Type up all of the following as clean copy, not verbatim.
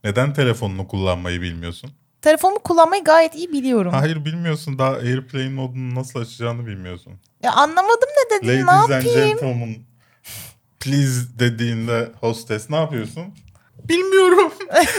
Neden telefonunu kullanmayı bilmiyorsun? Telefonumu kullanmayı gayet iyi biliyorum. Hayır bilmiyorsun. Daha Airplane modunu nasıl açacağını bilmiyorsun. Ya anlamadım ne dedin, ne Ladies and yapayım? gentlemen please dediğinde hostess ne yapıyorsun? Bilmiyorum.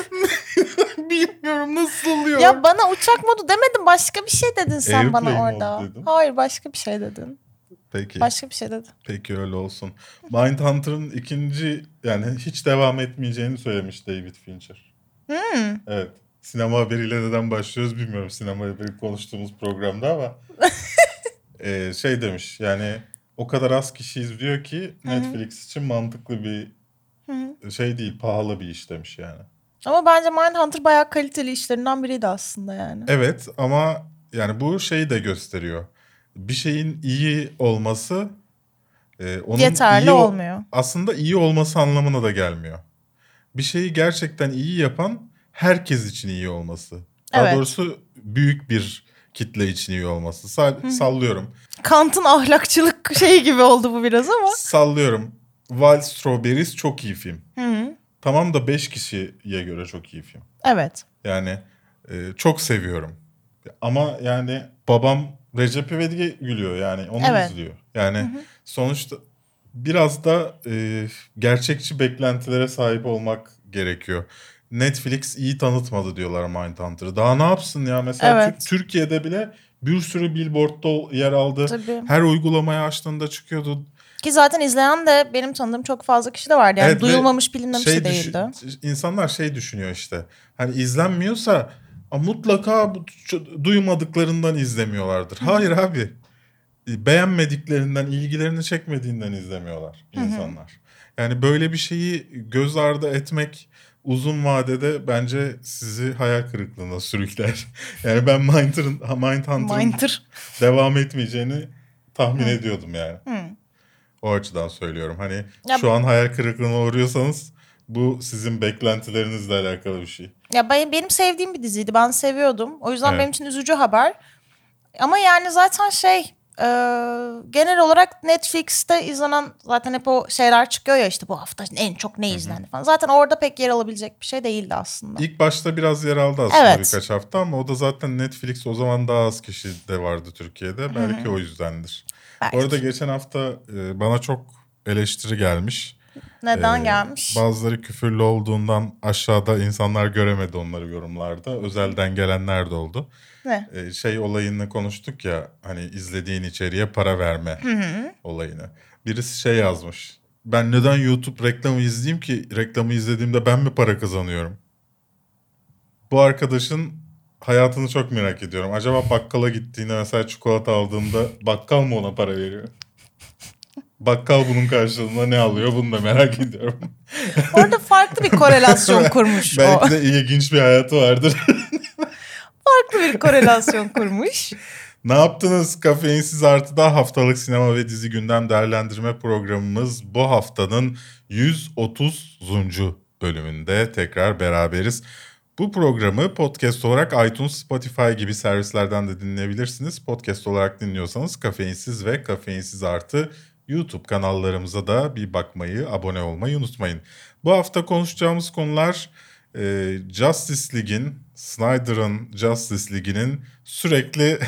Bilmiyorum nasıl oluyor. Ya bana uçak modu demedin, başka bir şey dedin sen Airplane bana mode orada. dedim. Hayır, başka bir şey dedin. Peki. Başka bir şey dedin. Peki öyle olsun. Mindhunter'ın ikinci yani hiç devam etmeyeceğini söylemiş David Fincher. Evet. Sinema haberiyle neden başlıyoruz bilmiyorum. Sinema haberi konuştuğumuz programda ama şey demiş yani o kadar az kişi izliyor ki Netflix için mantıklı bir şey değil, pahalı bir iş demiş yani. Ama bence Mindhunter bayağı kaliteli işlerinden biriydi aslında yani. Evet ama yani bu şeyi de gösteriyor. Bir şeyin iyi olması onun yeterli olmuyor. Aslında iyi olması anlamına da gelmiyor. Bir şeyi gerçekten iyi yapan herkes için iyi olması. Daha doğrusu büyük bir kitle için iyi olması. Sallıyorum. Kant'ın ahlakçılık şeyi gibi oldu bu biraz ama. Sallıyorum. Wild Strawberries çok iyi film. Tamam da 5 kişiye göre çok iyi film. Evet. Yani çok seviyorum. Ama yani babam Recep İvedik'e gülüyor yani onu izliyor. Yani sonuçta biraz da gerçekçi beklentilere sahip olmak gerekiyor. Netflix iyi tanıtmadı diyorlar Mindhunter'ı. Daha ne yapsın ya mesela Türkiye'de bile bir sürü billboardda yer aldı. Tabii. Her uygulamaya açtığında çıkıyordu. Ki zaten izleyen de benim tanıdığım çok fazla kişi de vardı. Yani duyulmamış, bilinmemiş de değildi. İnsanlar şey düşünüyor işte. Hani izlenmiyorsa mutlaka duymadıklarından izlemiyorlardır. Hayır abi. Beğenmediklerinden, ilgilerini çekmediğinden izlemiyorlar insanlar. Yani böyle bir şeyi göz ardı etmek uzun vadede bence sizi hayal kırıklığına sürükler. Yani ben Mindhunter'ın devam etmeyeceğini tahmin ediyordum yani. O açıdan söylüyorum. Hani şu an hayal kırıklığına uğruyorsanız bu sizin beklentilerinizle alakalı bir şey. Ya benim sevdiğim bir diziydi. Ben seviyordum. O yüzden benim için üzücü haber. Ama yani zaten genel olarak Netflix'te izlenen zaten hep o şeyler çıkıyor ya işte bu hafta en çok ne izlendi falan. Zaten orada pek yer alabilecek bir şey değildi aslında. İlk başta biraz yer aldı aslında birkaç hafta ama o da zaten Netflix o zaman daha az kişi de vardı Türkiye'de. Belki o yüzdendir. Bu arada geçen hafta bana çok eleştiri gelmiş. Neden gelmiş? Bazıları küfürlü olduğundan aşağıda insanlar göremedi onları yorumlarda. Özelden gelenler de oldu. Ne? Şey olayını konuştuk ya hani izlediğin içeriğe para verme olayını. Birisi şey yazmış. Ben neden YouTube reklamı izleyeyim ki reklamı izlediğimde ben mi para kazanıyorum? Bu arkadaşın hayatını çok merak ediyorum. Acaba bakkala gittiğinde mesela çikolata aldığında bakkal mı ona para veriyor? Bakkal bunun karşılığında ne alıyor bunu da merak ediyorum. Orada farklı bir korelasyon kurmuş Belki de ilginç bir hayatı vardır. Farklı bir korelasyon kurmuş. Ne yaptınız? Kafeinsiz Artı'da haftalık sinema ve dizi gündem değerlendirme programımız bu haftanın 130. bölümünde tekrar beraberiz. Bu programı podcast olarak iTunes, Spotify gibi servislerden de dinleyebilirsiniz. Podcast olarak dinliyorsanız Kafeinsiz ve Kafeinsiz Artı YouTube kanallarımıza da bir bakmayı, abone olmayı unutmayın. Bu hafta konuşacağımız konular Justice League'in, Snyder'ın Justice League'inin sürekli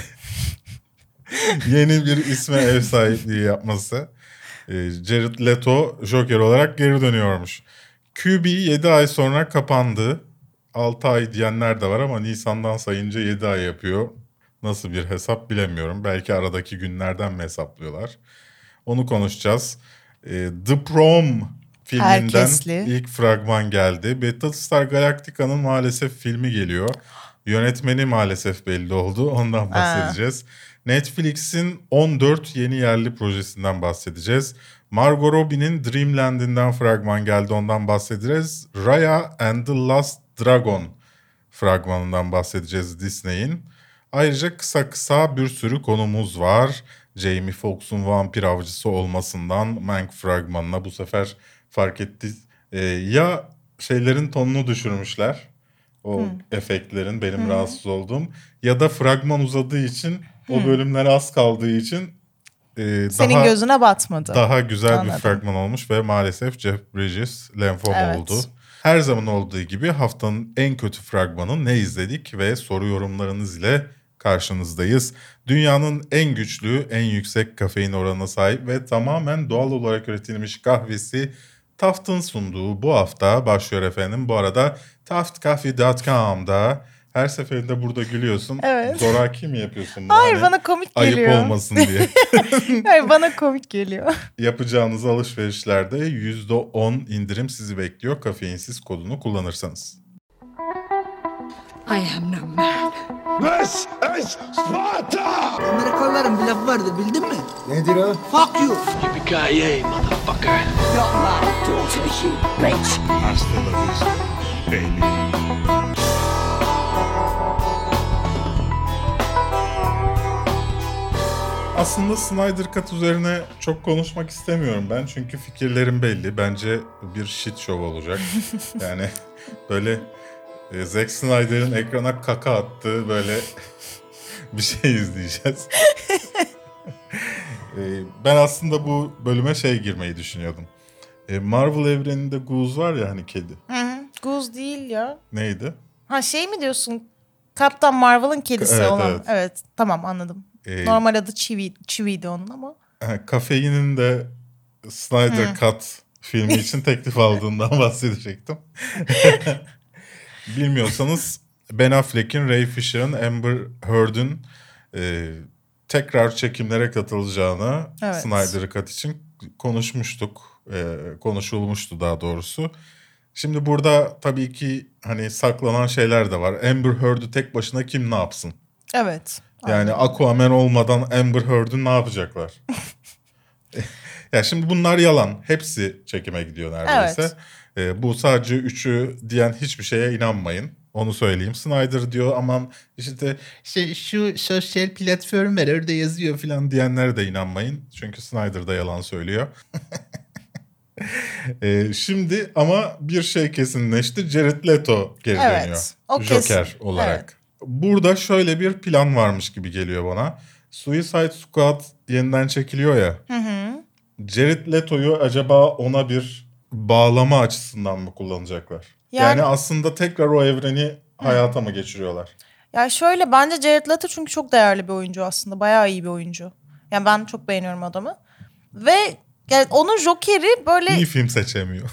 yeni bir isme ev sahipliği yapması. Jared Leto Joker olarak geri dönüyormuş. QB 7 ay sonra kapandı. 6 ay diyenler de var ama Nisan'dan sayınca 7 ay yapıyor. Nasıl bir hesap bilemiyorum. Belki aradaki günlerden mi hesaplıyorlar? Onu konuşacağız. The Prom filminden ilk fragman geldi. Battlestar Galactica'nın maalesef filmi geliyor. Yönetmeni maalesef belli oldu. Ondan bahsedeceğiz. Netflix'in 14 yeni yerli projesinden bahsedeceğiz. Margot Robbie'nin Dreamland'inden fragman geldi. Ondan bahsedeceğiz. Raya and the Last Dragon fragmanından bahsedeceğiz Disney'in. Ayrıca kısa bir sürü konumuz var. Jamie Foxx'un vampir avcısı olmasından Mank fragmanına bu sefer fark etti. Ya şeylerin tonunu düşürmüşler. O efektlerin benim rahatsız olduğum. Ya da fragman uzadığı için o bölümler az kaldığı için senin gözüne batmadı. Daha güzel bir fragman olmuş ve maalesef Jeff Bridges lenfoma oldu. Her zaman olduğu gibi haftanın en kötü fragmanı ne izledik ve soru yorumlarınız ile karşınızdayız. Dünyanın en güçlü, en yüksek kafein oranına sahip ve tamamen doğal olarak üretilmiş kahvesi Taft'ın sunduğu bu hafta başlıyor efendim. Bu arada taftcoffee.com'da her seferinde burada gülüyorsun. Evet. Zoraki mi yapıyorsun bunu? Hayır, Hani bana komik geliyor. ayıp olmasın diye. Hayır, bana komik geliyor. Yapacağınız alışverişlerde %10 indirim sizi bekliyor. Kafeinsiz kodunu kullanırsanız. I am no man. This is Sparta! Amerikalıların bir lafı vardı, bildin mi? Nedir o? Fuck you. Yippee-ki-yay, motherfucker! Don't lie to you, bitch. Hasta la vista, baby. Aslında Snyder Cut üzerine çok konuşmak istemiyorum ben. Çünkü fikirlerim belli. Bence bir shit show olacak. Yani böyle Zack Snyder'ın ekrana kaka attığı böyle bir şey izleyeceğiz. Ben aslında bu bölüme girmeyi düşünüyordum. Marvel evreninde Goose var ya hani kedi. Goose değil ya. Neydi? Ha, şey mi diyorsun? Kaptan Marvel'ın kedisi Evet, olan. evet. Evet, tamam, anladım. Normal adı Çivi'ydi onun ama. Kafeinin de Snyder Cut filmi için teklif aldığından bahsedecektim. Bilmiyorsanız Ben Affleck'in, Ray Fisher'ın, Amber Heard'ün tekrar çekimlere katılacağını Evet. Snyder Cut için konuşmuştuk. Konuşulmuştu daha doğrusu. Şimdi burada tabii ki hani saklanan şeyler de var. Amber Heard'ü tek başına kim ne yapsın? Evet. Yani Aquaman olmadan Amber Heard'ü ne yapacaklar? Ya şimdi bunlar yalan. Hepsi çekime gidiyor neredeyse. Bu sadece 3'ü diyen hiçbir şeye inanmayın. Onu söyleyeyim. Snyder diyor aman işte şu sosyal platform var orada yazıyor falan diyenlere de inanmayın. Çünkü Snyder da yalan söylüyor. Şimdi ama bir şey kesinleşti. Jared Leto geri Evet, dönüyor. o Joker kesin. olarak. Evet. Burada şöyle bir plan varmış gibi geliyor bana. Suicide Squad yeniden çekiliyor ya. Jared Leto'yu acaba ona bir bağlama açısından mı kullanacaklar? Yani aslında tekrar o evreni hayata mı geçiriyorlar? Ya şöyle, bence Jared Leto çünkü çok değerli bir oyuncu aslında. Bayağı iyi bir oyuncu. Yani ben çok beğeniyorum adamı. Ve yani onun Joker'i böyle... İyi film seçemiyor.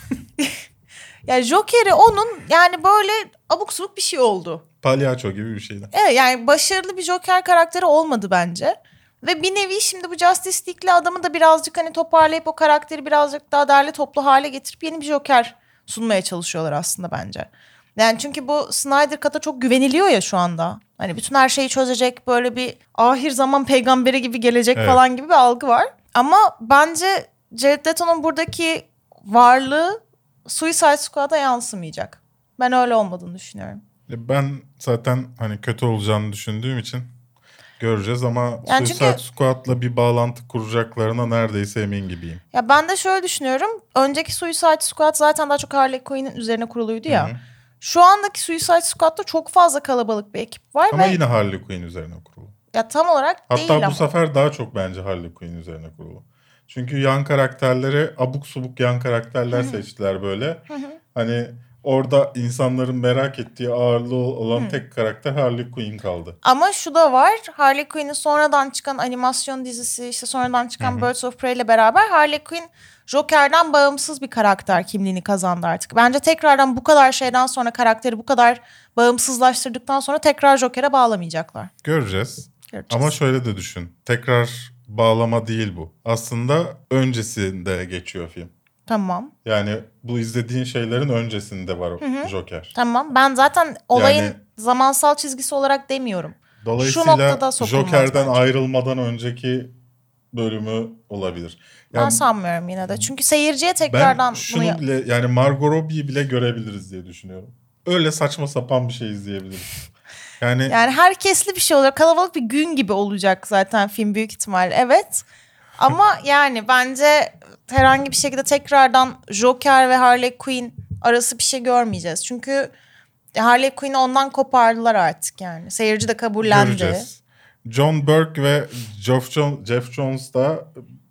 Yani Joker'i onun yani böyle abuk subuk bir şey oldu. Palyaço gibi bir şeydi. Evet, yani başarılı bir Joker karakteri olmadı bence. Ve bir nevi şimdi bu Justice League'li adamı da birazcık hani toparlayıp o karakteri birazcık daha derli toplu hale getirip yeni bir Joker sunmaya çalışıyorlar aslında bence. Yani çünkü bu Snyder Cut'a çok güveniliyor ya şu anda. Hani bütün her şeyi çözecek, böyle bir ahir zaman peygamberi gibi gelecek falan gibi bir algı var. Ama bence Jared Leto'nun buradaki varlığı Suicide Squad'a yansımayacak. Ben öyle olmadığını düşünüyorum. Ben zaten hani kötü olacağını düşündüğüm için göreceğiz ama Yani Suicide çünkü... Squad'la bir bağlantı kuracaklarına neredeyse emin gibiyim. Ya ben de şöyle düşünüyorum. Önceki Suicide Squad zaten daha çok Harley Quinn'in üzerine kuruluydu ya. Hı-hı. Şu andaki Suicide Squad'da çok fazla kalabalık bir ekip var. Ama ve... yine Harley Quinn üzerine kurulu. Ya tam olarak hatta değil ama. Hatta bu sefer daha çok bence Harley Quinn üzerine kurulu. Çünkü yan karakterleri abuk subuk yan karakterler seçtiler böyle. Hani orada insanların merak ettiği ağırlığı olan tek karakter Harley Quinn kaldı. Ama şu da var. Harley Quinn'in sonradan çıkan animasyon dizisi, işte sonradan çıkan Birds of Prey ile beraber Harley Quinn Joker'den bağımsız bir karakter kimliğini kazandı artık. Bence tekrardan bu kadar şeyden sonra karakteri bu kadar bağımsızlaştırdıktan sonra tekrar Joker'e bağlamayacaklar. Göreceğiz. Ama şöyle de düşün. Tekrar bağlama değil bu. Aslında öncesinde geçiyor film. Tamam. Yani bu izlediğin şeylerin öncesinde var o Joker. Tamam. Ben zaten olayın zamansal çizgisi olarak demiyorum. Dolayısıyla Joker'den ayrılmadan önceki bölümü olabilir. Yani ben sanmıyorum yine de. Çünkü seyirciye tekrardan ben şunu bile yani Margot Robbie'yi bile görebiliriz diye düşünüyorum. Öyle saçma sapan bir şey izleyebiliriz. Yani herkesli bir şey olacak. Kalabalık bir gün gibi olacak zaten film büyük ihtimalle. Evet. Ama yani bence herhangi bir şekilde tekrardan Joker ve Harley Quinn arası bir şey görmeyeceğiz. Çünkü Harley Quinn'i ondan kopardılar artık yani. Seyirci de kabullendi. Göreceğiz. John Burke ve Jeff Jones da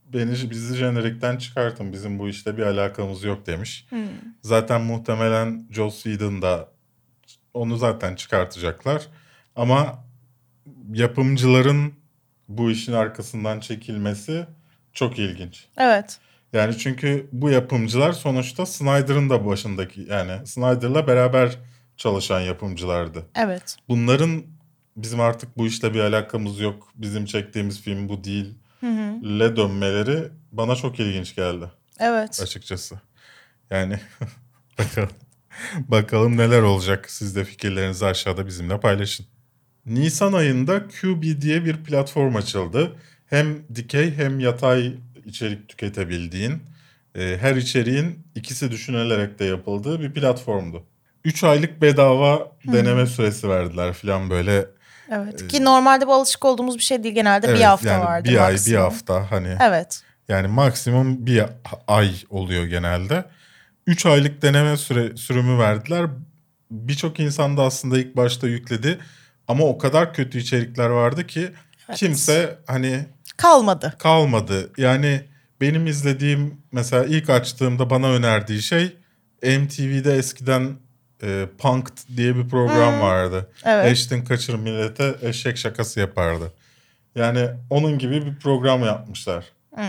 bizi jenerikten çıkartın. Bizim bu işte bir alakamız yok demiş. Zaten muhtemelen Joss Whedon da onu zaten çıkartacaklar. Ama yapımcıların bu işin arkasından çekilmesi çok ilginç. Evet. Yani çünkü bu yapımcılar sonuçta Snyder'ın da başındaki, yani Snyder'la beraber çalışan yapımcılardı. Evet. Bunların bizim artık bu işle bir alakamız yok, bizim çektiğimiz film bu değil le dönmeleri bana çok ilginç geldi Evet. açıkçası. Yani bakalım neler olacak. Siz de fikirlerinizi aşağıda bizimle paylaşın. Nisan ayında QB diye bir platform açıldı. Hem dikey hem yatay içerik tüketebildiğin, her içeriğin ikisi düşünülerek de yapıldığı bir platformdu. 3 aylık bedava deneme süresi verdiler falan böyle. Evet. Ki normalde bu alışık olduğumuz bir şey değil. Genelde bir hafta yani vardı bir ay, maksimum. bir hafta hani. Evet. Yani maksimum bir ay oluyor genelde. 3 aylık deneme sürümü verdiler. Birçok insan da aslında ilk başta yükledi. Ama o kadar kötü içerikler vardı ki kimse hani kalmadı. Yani benim izlediğim, mesela ilk açtığımda bana önerdiği şey MTV'de eskiden Punk'd diye bir program vardı. Evet. Ashton Kutcher millete eşek şakası yapardı. Yani onun gibi bir program yapmışlar.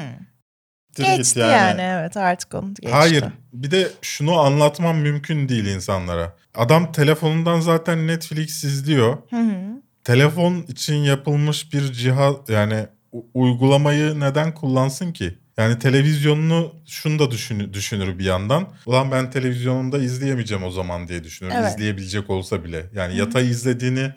Geçti yani evet, artık onu geçti. Hayır, bir de şunu anlatmam mümkün değil insanlara. Adam telefonundan zaten Netflix izliyor. Telefon için yapılmış bir cihaz, yani uygulamayı neden kullansın ki? Yani televizyonunu şunu da düşünür bir yandan. Ulan ben televizyonunda izleyemeyeceğim o zaman diye düşünür. Evet. İzleyebilecek olsa bile. Yani yatay izlediğini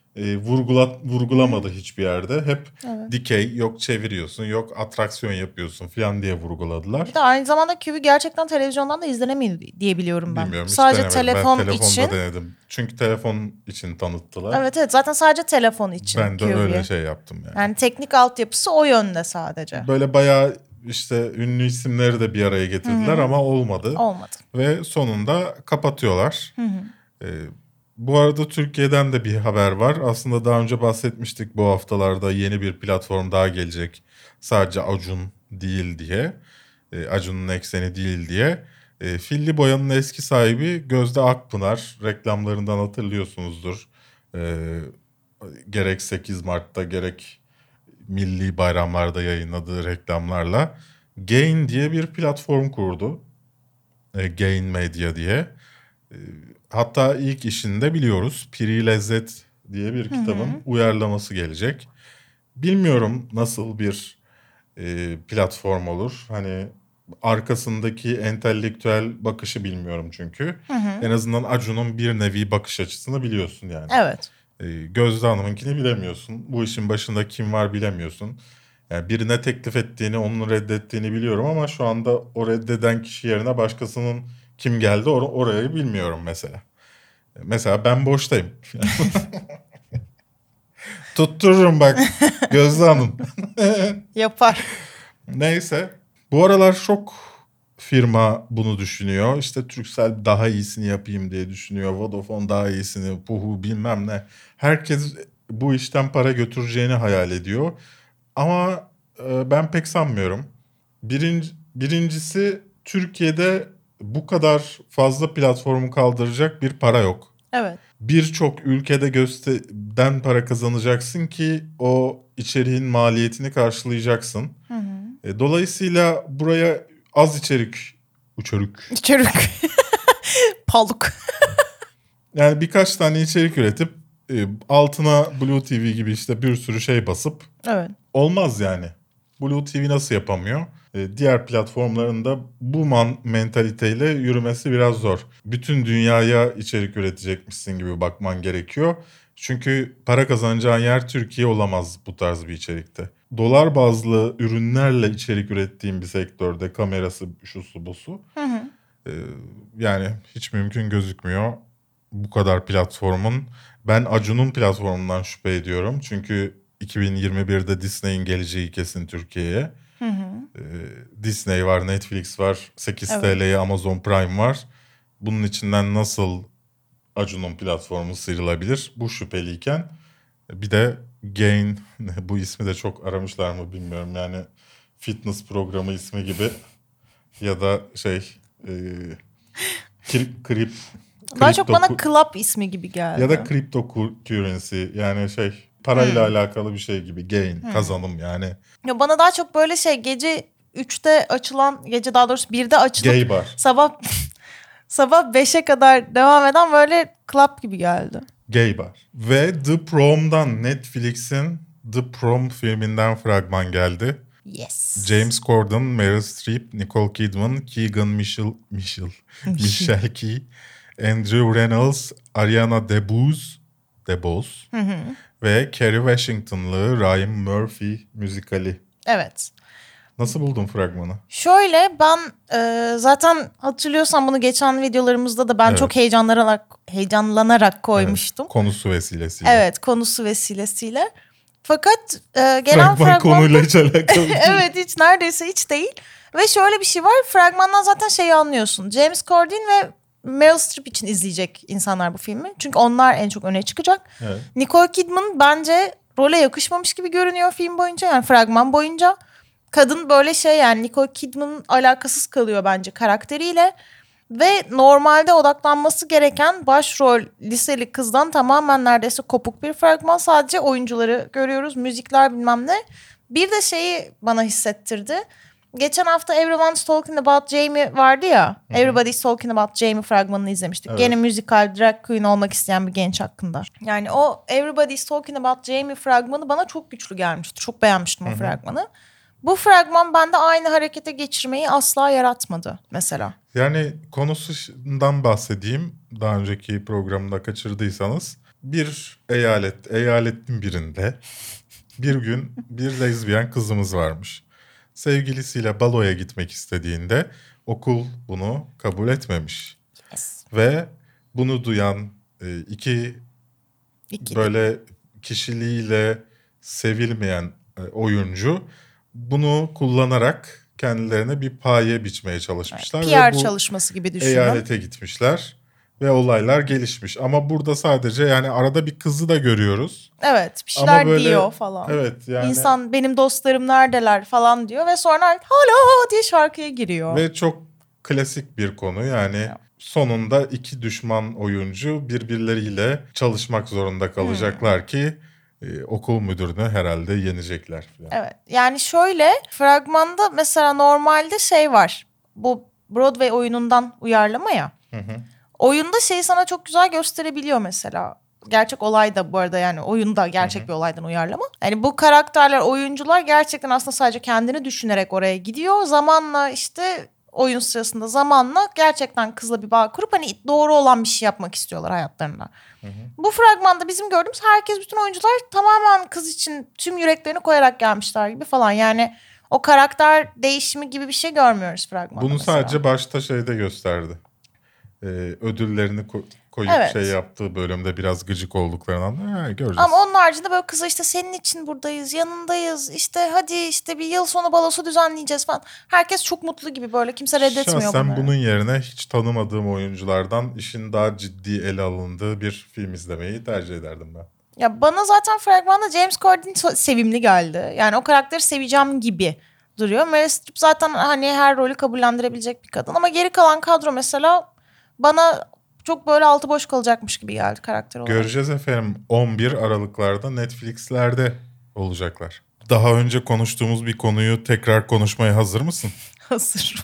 vurgulamadı hiçbir yerde. Hep dikey, yok çeviriyorsun, yok atraksiyon yapıyorsun falan diye vurguladılar. Bir de aynı zamanda QB gerçekten televizyondan da izlenemiyor diye biliyorum ben. Bilmiyorum, hiç sadece denemedim. telefon ben telefonda için. denedim. Çünkü telefon için tanıttılar. Evet zaten sadece telefon için Ben de QB. öyle şey yaptım yani. Yani teknik altyapısı o yönde sadece. Böyle bayağı işte ünlü isimleri de bir araya getirdiler ama olmadı. Olmadı. Ve sonunda kapatıyorlar. Bu arada Türkiye'den de bir haber var. Aslında daha önce bahsetmiştik, bu haftalarda yeni bir platform daha gelecek. Sadece Acun değil diye. Acun'un ekseni değil diye. Filli Boya'nın eski sahibi Gözde Akpınar. Reklamlarından hatırlıyorsunuzdur. Gerek 8 Mart'ta gerek milli bayramlarda yayınladığı reklamlarla Gain diye bir platform kurdu. Gain Media diye. Hatta ilk işinde biliyoruz, Piri Lezzet diye bir kitabın uyarlaması gelecek. Bilmiyorum nasıl bir platform olur. Hani arkasındaki entelektüel bakışı bilmiyorum çünkü. En azından Acun'un bir nevi bakış açısını biliyorsun yani. Evet. Gözde Hanım'ınkini bilemiyorsun. Bu işin başında kim var bilemiyorsun. Yani birine teklif ettiğini, onun reddettiğini biliyorum ama şu anda o reddeden kişi yerine başkasının kim geldi orayı bilmiyorum mesela. Mesela ben boştayım. Tuttururum bak Gözde Hanım. Yapar. Neyse. Bu aralar çok firma bunu düşünüyor. İşte Turkcell daha iyisini yapayım diye düşünüyor. Vodafone daha iyisini, puhu bilmem ne. Herkes bu işten para götüreceğini hayal ediyor. Ama ben pek sanmıyorum. Birincisi, Türkiye'de bu kadar fazla platformu kaldıracak bir para yok. Evet. Birçok ülkede gösteriden para kazanacaksın ki o içeriğin maliyetini karşılayacaksın. Dolayısıyla buraya az içerik. Paluk. Yani birkaç tane içerik üretip altına Blue TV gibi işte bir sürü şey basıp Evet. olmaz yani. Blue TV nasıl yapamıyor? Diğer platformlarında bu mentaliteyle yürümesi biraz zor. Bütün dünyaya içerik üretecekmişsin gibi bakman gerekiyor. Çünkü para kazanacağın yer Türkiye olamaz bu tarz bir içerikte. Dolar bazlı ürünlerle içerik ürettiğim bir sektörde, kamerası, şusu busu. Yani hiç mümkün gözükmüyor bu kadar platformun. Ben Acun'un platformundan şüphe ediyorum. Çünkü 2021'de Disney'in geleceği kesin Türkiye'ye. Disney var, Netflix var, 8 TL'ye Amazon Prime var. Bunun içinden nasıl Acun'un platformu sıyrılabilir? Bu şüpheliyken bir de Gain, bu ismi de çok aramışlar mı bilmiyorum. Yani fitness programı ismi gibi ya da krip Daha çok bana kripto- club ismi gibi geldi. ya da cryptocurrency yani parayla alakalı bir şey gibi gain kazanım yani. Ya bana daha çok böyle gece 3'te açılan, gece daha doğrusu 1'de açılıp Gay bar. sabah 5'e kadar devam eden böyle club gibi geldi. Gay bar. Ve The Prom'dan, Netflix'in The Prom filminden fragman geldi. Yes. James Corden, Meryl Streep, Nicole Kidman, Michelle Key, Andrew Reynolds, Ariana DeBose ve Kerry Washington'lı Ryan Murphy müzikali. Evet. Nasıl buldun fragmanı? Şöyle ben zaten hatırlıyorsan bunu geçen videolarımızda da ben Evet. çok heyecanlanarak koymuştum. Evet, konusu vesilesiyle. Evet, konusu vesilesiyle. Fakat gelen Fragman konuyla hiç alakalı değil. evet, neredeyse hiç değil. Ve şöyle bir şey var. Fragmandan zaten şeyi anlıyorsun. James Corden ve Meryl Streep için izleyecek insanlar bu filmi. Çünkü onlar en çok öne çıkacak. Evet. Nicole Kidman bence role yakışmamış gibi görünüyor film boyunca. Yani fragman boyunca. Kadın böyle yani Nicole Kidman alakasız kalıyor bence karakteriyle. Ve normalde odaklanması gereken başrol liseli kızdan tamamen neredeyse kopuk bir fragman. Sadece oyuncuları görüyoruz, müzikler bilmem ne. Bir de şeyi bana hissettirdi. Geçen hafta Everyone's Talking About Jamie vardı ya. Everybody's Talking About Jamie fragmanını izlemiştik. Evet. Gene müzikal drag queen olmak isteyen bir genç hakkında. Yani o Everybody's Talking About Jamie fragmanı bana çok güçlü gelmişti. Çok beğenmiştim o fragmanı. Bu fragman bende aynı harekete geçirmeyi asla yaratmadı mesela. Yani konusundan bahsedeyim. Daha önceki programda kaçırdıysanız. Bir eyaletin birinde bir gün bir lezbiyen kızımız varmış. Sevgilisiyle baloya gitmek istediğinde okul bunu kabul etmemiş. Yes. Ve bunu duyan iki böyle kişiliğiyle sevilmeyen oyuncu bunu kullanarak kendilerine bir paye biçmeye çalışmışlar. PR çalışması gibi düşünün. Eyalete gitmişler ve olaylar gelişmiş. Ama burada sadece yani arada bir kızı da görüyoruz. Evet, bir şeyler böyle, diyor falan. Evet yani. İnsan benim dostlarım neredeler falan diyor ve sonra hala diye şarkıya giriyor. Ve çok klasik bir konu yani. Sonunda iki düşman oyuncu birbirleriyle çalışmak zorunda kalacaklar ki okul müdürünü herhalde yenecekler falan. Evet. Yani şöyle fragmanda mesela normalde var. Bu Broadway oyunundan uyarlama ya. Oyunda sana çok güzel gösterebiliyor mesela. Gerçek olay da bu arada yani oyunda gerçek bir olaydan uyarlama. Yani bu karakterler, oyuncular gerçekten aslında sadece kendini düşünerek oraya gidiyor. Zamanla oyun sırasında zamanla gerçekten kızla bir bağ kurup doğru olan bir şey yapmak istiyorlar hayatlarında. Bu fragmanda bizim gördüğümüz bütün oyuncular tamamen kız için tüm yüreklerini koyarak gelmişler gibi falan. Yani o karakter değişimi gibi bir şey görmüyoruz fragmanda. Bunu mesela. sadece başta gösterdi. Ödüllerini koyup yaptığı bölümde biraz gıcık olduklarından göreceğiz. Ama onun haricinde böyle kıza senin için buradayız, yanındayız, hadi bir yıl sonu balosu düzenleyeceğiz falan. Herkes çok mutlu gibi böyle, kimse reddetmiyor bunları. Şahsen bunun yerine hiç tanımadığım oyunculardan işin daha ciddi ele alındığı bir film izlemeyi tercih ederdim ben. Ya bana zaten fragmanda James Corden sevimli geldi. Yani o karakteri seveceğim gibi duruyor. Meryl Streep zaten her rolü kabullendirebilecek bir kadın. Ama geri kalan kadro mesela bana çok böyle altı boş kalacakmış gibi geldi karakter olarak. Göreceğiz efendim. 11 Aralıklarda Netflix'lerde olacaklar. Daha önce konuştuğumuz bir konuyu tekrar konuşmaya hazır mısın? Hazırım.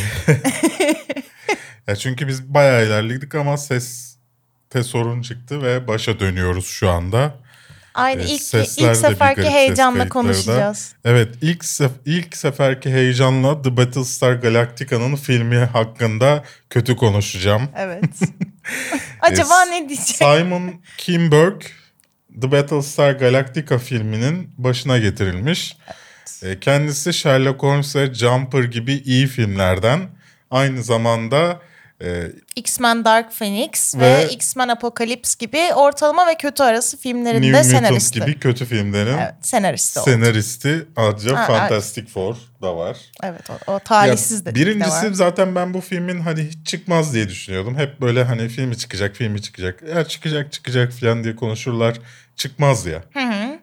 Ya çünkü biz bayağı ilerledik ama seste sorun çıktı ve başa dönüyoruz şu anda. Aynı ilk seferki heyecanla konuşacağız. Evet, ilk seferki heyecanla The Battlestar Galactica'nın filmi hakkında kötü konuşacağım. Evet. Acaba ne diyecek? Simon Kinberg The Battlestar Galactica filminin başına getirilmiş. Evet. Kendisi Sherlock Holmes ve Jumper gibi iyi filmlerden aynı zamanda X-Men Dark Phoenix ve X-Men Apocalypse gibi ortalama ve kötü arası filmlerinde New senaristi. Mutant gibi kötü filmlerin senaristi. Ayrıca Fantastic Four da var. Evet, o talihsiz de. Birincisi zaten ben bu filmin hiç çıkmaz diye düşünüyordum. Hep böyle filmi çıkacak. Ya çıkacak falan diye konuşurlar. Çıkmaz ya.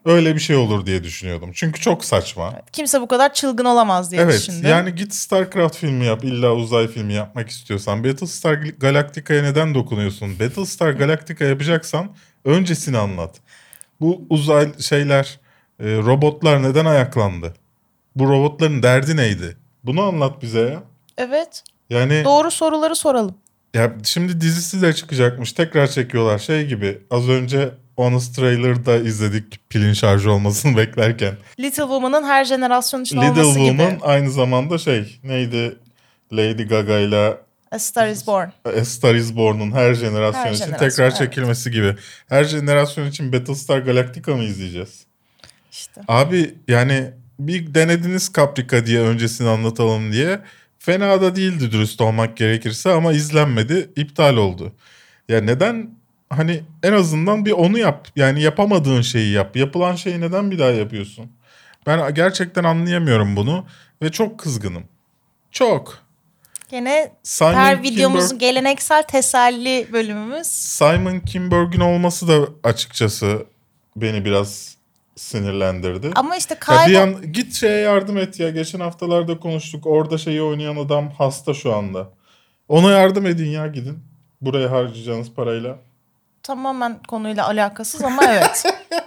öyle bir şey olur diye düşünüyordum. Çünkü çok saçma. Kimse bu kadar çılgın olamaz diye Evet, düşündüm. yani git StarCraft filmi yap, illa uzay filmi yapmak istiyorsan. Battlestar Galactica'ya neden dokunuyorsun? Battlestar Galactica yapacaksan öncesini anlat. Bu uzay şeyler, robotlar neden ayaklandı? Bu robotların derdi neydi? Bunu anlat bize ya. Evet. Yani Doğru soruları soralım. ya şimdi dizisi de çıkacakmış. Tekrar çekiyorlar şey gibi. Az önce Honest Trailer'da izledik pilin şarjı olmasını beklerken. Little Woman'ın her jenerasyon için Little olması Woman gibi. aynı zamanda şey neydi? Lady Gaga ile A Star is Born. A Star is Born'un her jenerasyon Her için jenerasyon, tekrar evet. çekilmesi gibi. Her jenerasyon için Battlestar Galactica mı izleyeceğiz? İşte. Abi yani bir denediniz Caprica diye öncesini anlatalım diye. Fena da değildi dürüst olmak gerekirse ama izlenmedi, iptal oldu. Ya neden hani en azından bir onu yap. Yani yapamadığın şeyi yap. Yapılan şeyi neden bir daha yapıyorsun? Ben gerçekten anlayamıyorum bunu ve çok kızgınım. Çok. Gene Simon her videomuzun Kinberg- geleneksel teselli bölümümüz. Simon Kinberg'in olması da açıkçası beni biraz sinirlendirdi. Ama işte Ya bir an git şeye yardım et ya. Geçen haftalarda konuştuk. Orada şeyi oynayan adam hasta şu anda. Ona yardım edin ya gidin. Buraya harcayacağınız parayla. Tamamen konuyla alakasız ama evet.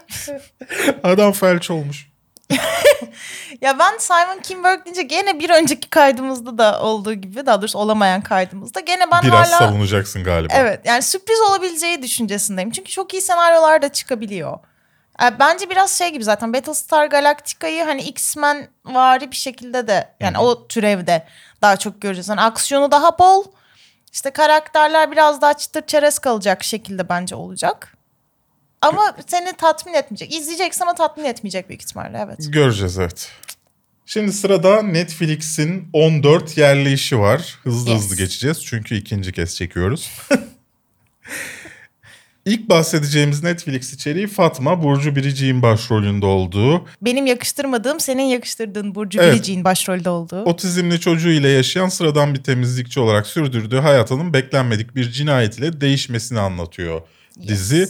Adam felç olmuş. Ya ben Simon Kinberg deyince gene bir önceki kaydımızda da olduğu gibi, daha doğrusu olamayan kaydımızda gene ben Biraz hala savunacaksın galiba. evet yani sürpriz olabileceği düşüncesindeyim. Çünkü çok iyi senaryolar da çıkabiliyor. Bence biraz şey gibi zaten Battlestar Galactica'yı hani X-Men vari bir şekilde de yani o türevde daha çok göreceğiz. Yani aksiyonu daha bol, işte karakterler biraz daha çıtır çerez kalacak şekilde bence olacak. Ama seni tatmin etmeyecek. İzleyeceksin ama tatmin etmeyecek büyük ihtimalle, evet. Göreceğiz evet. Şimdi sırada Netflix'in 14 yerli işi var. Hızlı Yes. hızlı geçeceğiz çünkü ikinci kez çekiyoruz. İlk bahsedeceğimiz Netflix içeriği Fatma, Burcu Biricik'in başrolünde olduğu, Benim yakıştırmadığım, senin yakıştırdığın Burcu Evet. Biricik'in başrolde olduğu. otizmli çocuğuyla yaşayan sıradan bir temizlikçi olarak sürdürdüğü hayatının beklenmedik bir cinayet ile değişmesini anlatıyor dizi.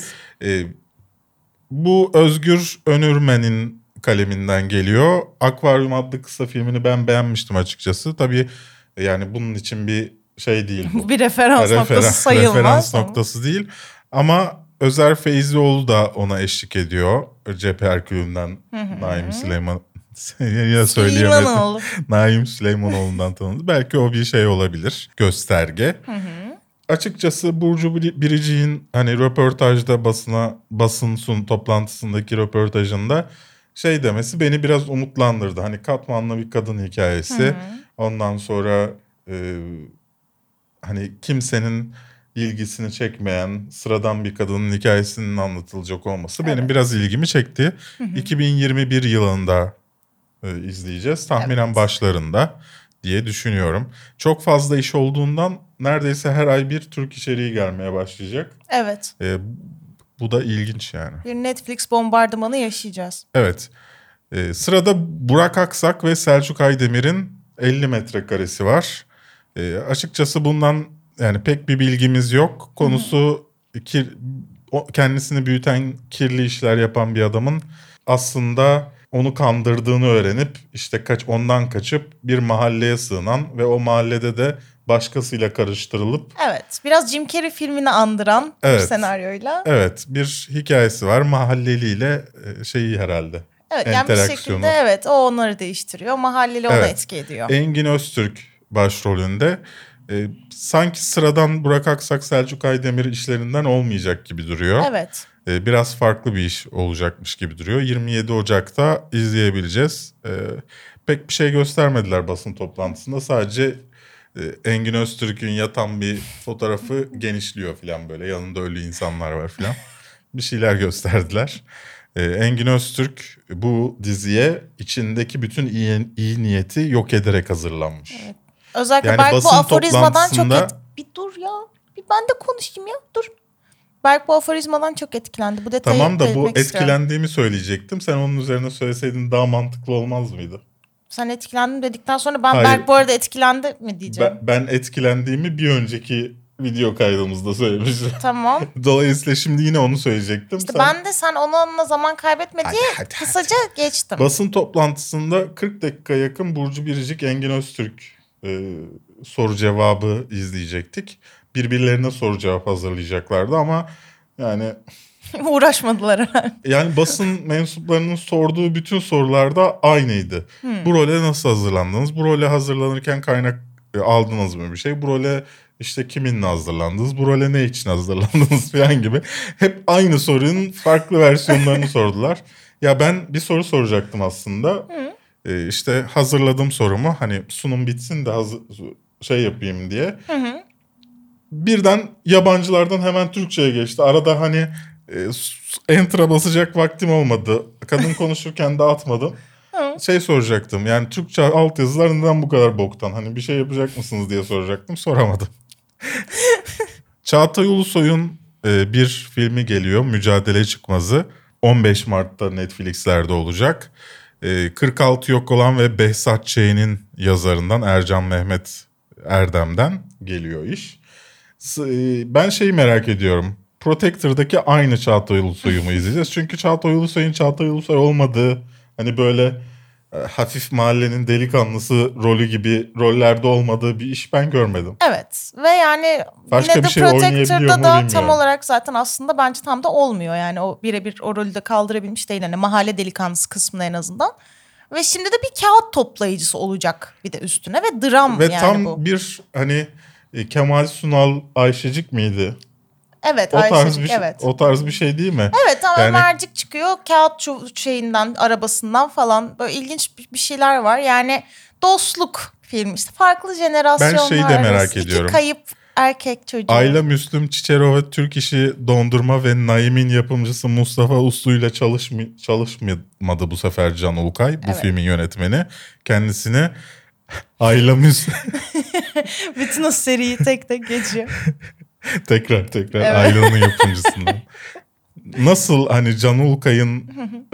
Bu Özgür Önürmen'in kaleminden geliyor. Akvaryum adlı kısa filmini ben beğenmiştim açıkçası. Tabii yani bunun için bir şey değil bu. Bir referans noktası sayılmaz. Referans ama. noktası değil. Ama Özer Feyzioğlu da ona eşlik ediyor. Cephe Herkülü'nden Naim Süleyman. Ya söyleyemedim. Süleymanoğlu. Naim Süleymanoğlu'ndan tanındı. Belki o bir şey olabilir. Gösterge. Açıkçası Burcu Biricik'in hani röportajda basın toplantısındaki röportajında şey demesi beni biraz umutlandırdı. Hani katmanlı bir kadın hikayesi. Ondan sonra hani kimsenin ilgisini çekmeyen sıradan bir kadının hikayesinin anlatılacak olması benim biraz ilgimi çekti. 2021 yılında izleyeceğiz. Tahminen Evet. başlarında diye düşünüyorum. Çok fazla iş olduğundan neredeyse her ay bir Türk içeriği gelmeye başlayacak. Evet. Bu da ilginç yani. Bir Netflix bombardımanı yaşayacağız. Evet. Sırada Burak Aksak ve Selçuk Aydemir'in 50 metrekaresi var. Açıkçası bundan yani pek bir bilgimiz yok. Konusu kendisini büyüten, kirli işler yapan bir adamın aslında onu kandırdığını öğrenip işte ondan kaçıp bir mahalleye sığınan ve o mahallede de başkasıyla karıştırılıp Evet. Biraz Jim Carrey filmini andıran bir Evet. senaryoyla. evet bir hikayesi var. Mahalleliyle şeyi herhalde. Evet yani bir enteraksiyonu. şekilde evet o onları değiştiriyor. Mahalleli ona Evet. etki ediyor. Engin Öztürk başrolünde. Sanki sıradan Burak Aksak, Selçuk Aydemir işlerinden olmayacak gibi duruyor. Evet. Biraz farklı bir iş olacakmış gibi duruyor. 27 Ocak'ta izleyebileceğiz. Pek bir şey göstermediler basın toplantısında. Sadece Engin Öztürk'ün yatan bir fotoğrafı genişliyor falan böyle. Yanında ölü insanlar var falan. Bir şeyler gösterdiler. Engin Öztürk bu diziye içindeki bütün iyi niyeti yok ederek hazırlanmış. Evet. Özellikle Yani Berk bu basın aforizmadan çok toplantısında- Bir dur ya. Bir ben de konuşayım ya. Dur. Berk bu aforizmadan çok etkilendi. Bu detayı Tamam da bu belirtmek istiyorum. etkilendiğimi söyleyecektim. Sen onun üzerine söyleseydin daha mantıklı olmaz mıydı? Sen etkilendim dedikten sonra ben Hayır. Berk bu arada etkilendi mi diyeceğim. Ben etkilendiğimi bir önceki video kaydımızda söylemiştim. Tamam. Dolayısıyla şimdi yine onu söyleyecektim. İşte ben de sen onunla zaman kaybetme diye hadi. kısaca geçtim. Basın toplantısında 40 dakika yakın Burcu Biricik, Engin Öztürk soru cevabı izleyecektik. Birbirlerine soru cevap hazırlayacaklardı ama yani Uğraşmadılar herhalde. yani basın mensuplarının sorduğu bütün sorularda aynıydı. Bu role nasıl hazırlandınız? Bu role hazırlanırken kaynak aldınız mı bir şey? Bu role işte kiminle hazırlandınız? Bu role ne için hazırlandınız falan gibi. Hep aynı sorunun farklı versiyonlarını sordular. Ya ben bir soru soracaktım aslında. İşte hazırladım sorumu. Hani sunum bitsin de şey yapayım diye. Birden yabancılardan hemen Türkçe'ye geçti. Arada hani enter'a basacak vaktim olmadı. Kadın konuşurken dağıtmadım. Şey soracaktım. Yani Türkçe altyazılar neden bu kadar boktan? Hani bir şey yapacak mısınız diye soracaktım. Soramadım. Çağatay Ulusoy'un bir filmi geliyor. Mücadele Çıkmazı. 15 Mart'ta Netflix'lerde olacak. 46 Yok Olan ve Behzat Ç'nin yazarından Ercan Mehmet Erdem'den geliyor iş. Ben şeyi merak ediyorum. Protector'daki aynı Çağatay Ulusoy'u mu izleyeceğiz? Çünkü Çağatay Ulusoy'un Çağatay Ulusoy olmadığı, hani böyle hafif mahallenin delikanlısı rolü gibi rollerde olmadığı bir iş ben görmedim. Evet ve yani Başka yine bir de şey oynayabiliyor mu Protector'da da tam bilmiyorum. olarak zaten aslında bence tam da olmuyor. Yani o birebir o rolü de kaldırabilmiş değil. Yani mahalle delikanlısı kısmında en azından. Ve şimdi de bir kağıt toplayıcısı olacak bir de üstüne ve dram Ve yani tam bu. bir hani Kemal Sunal Ayşecik miydi? Evet O tarz Ayşecik bir şey, evet. o tarz bir şey değil mi? Evet ama Yani- Ömercik çıkıyor kağıt şeyinden arabasından falan böyle ilginç bir şeyler var. Yani dostluk film işte farklı jenerasyonlar Ben şeyi de merak arası ediyorum. İki kayıp erkek çocuğu. Ayla Müslüm Çiçerova Türk İşi Dondurma ve Naim'in yapımcısı Mustafa Uslu'yla çalışmadı bu sefer Can Ulukay. Bu Evet. filmin yönetmeni. Kendisine Ayla Müslüm Bütün o seriyi tek tek geçiyor. tekrar Evet. Ayla'nın yapımcısından. Nasıl hani Can Ulukay'ın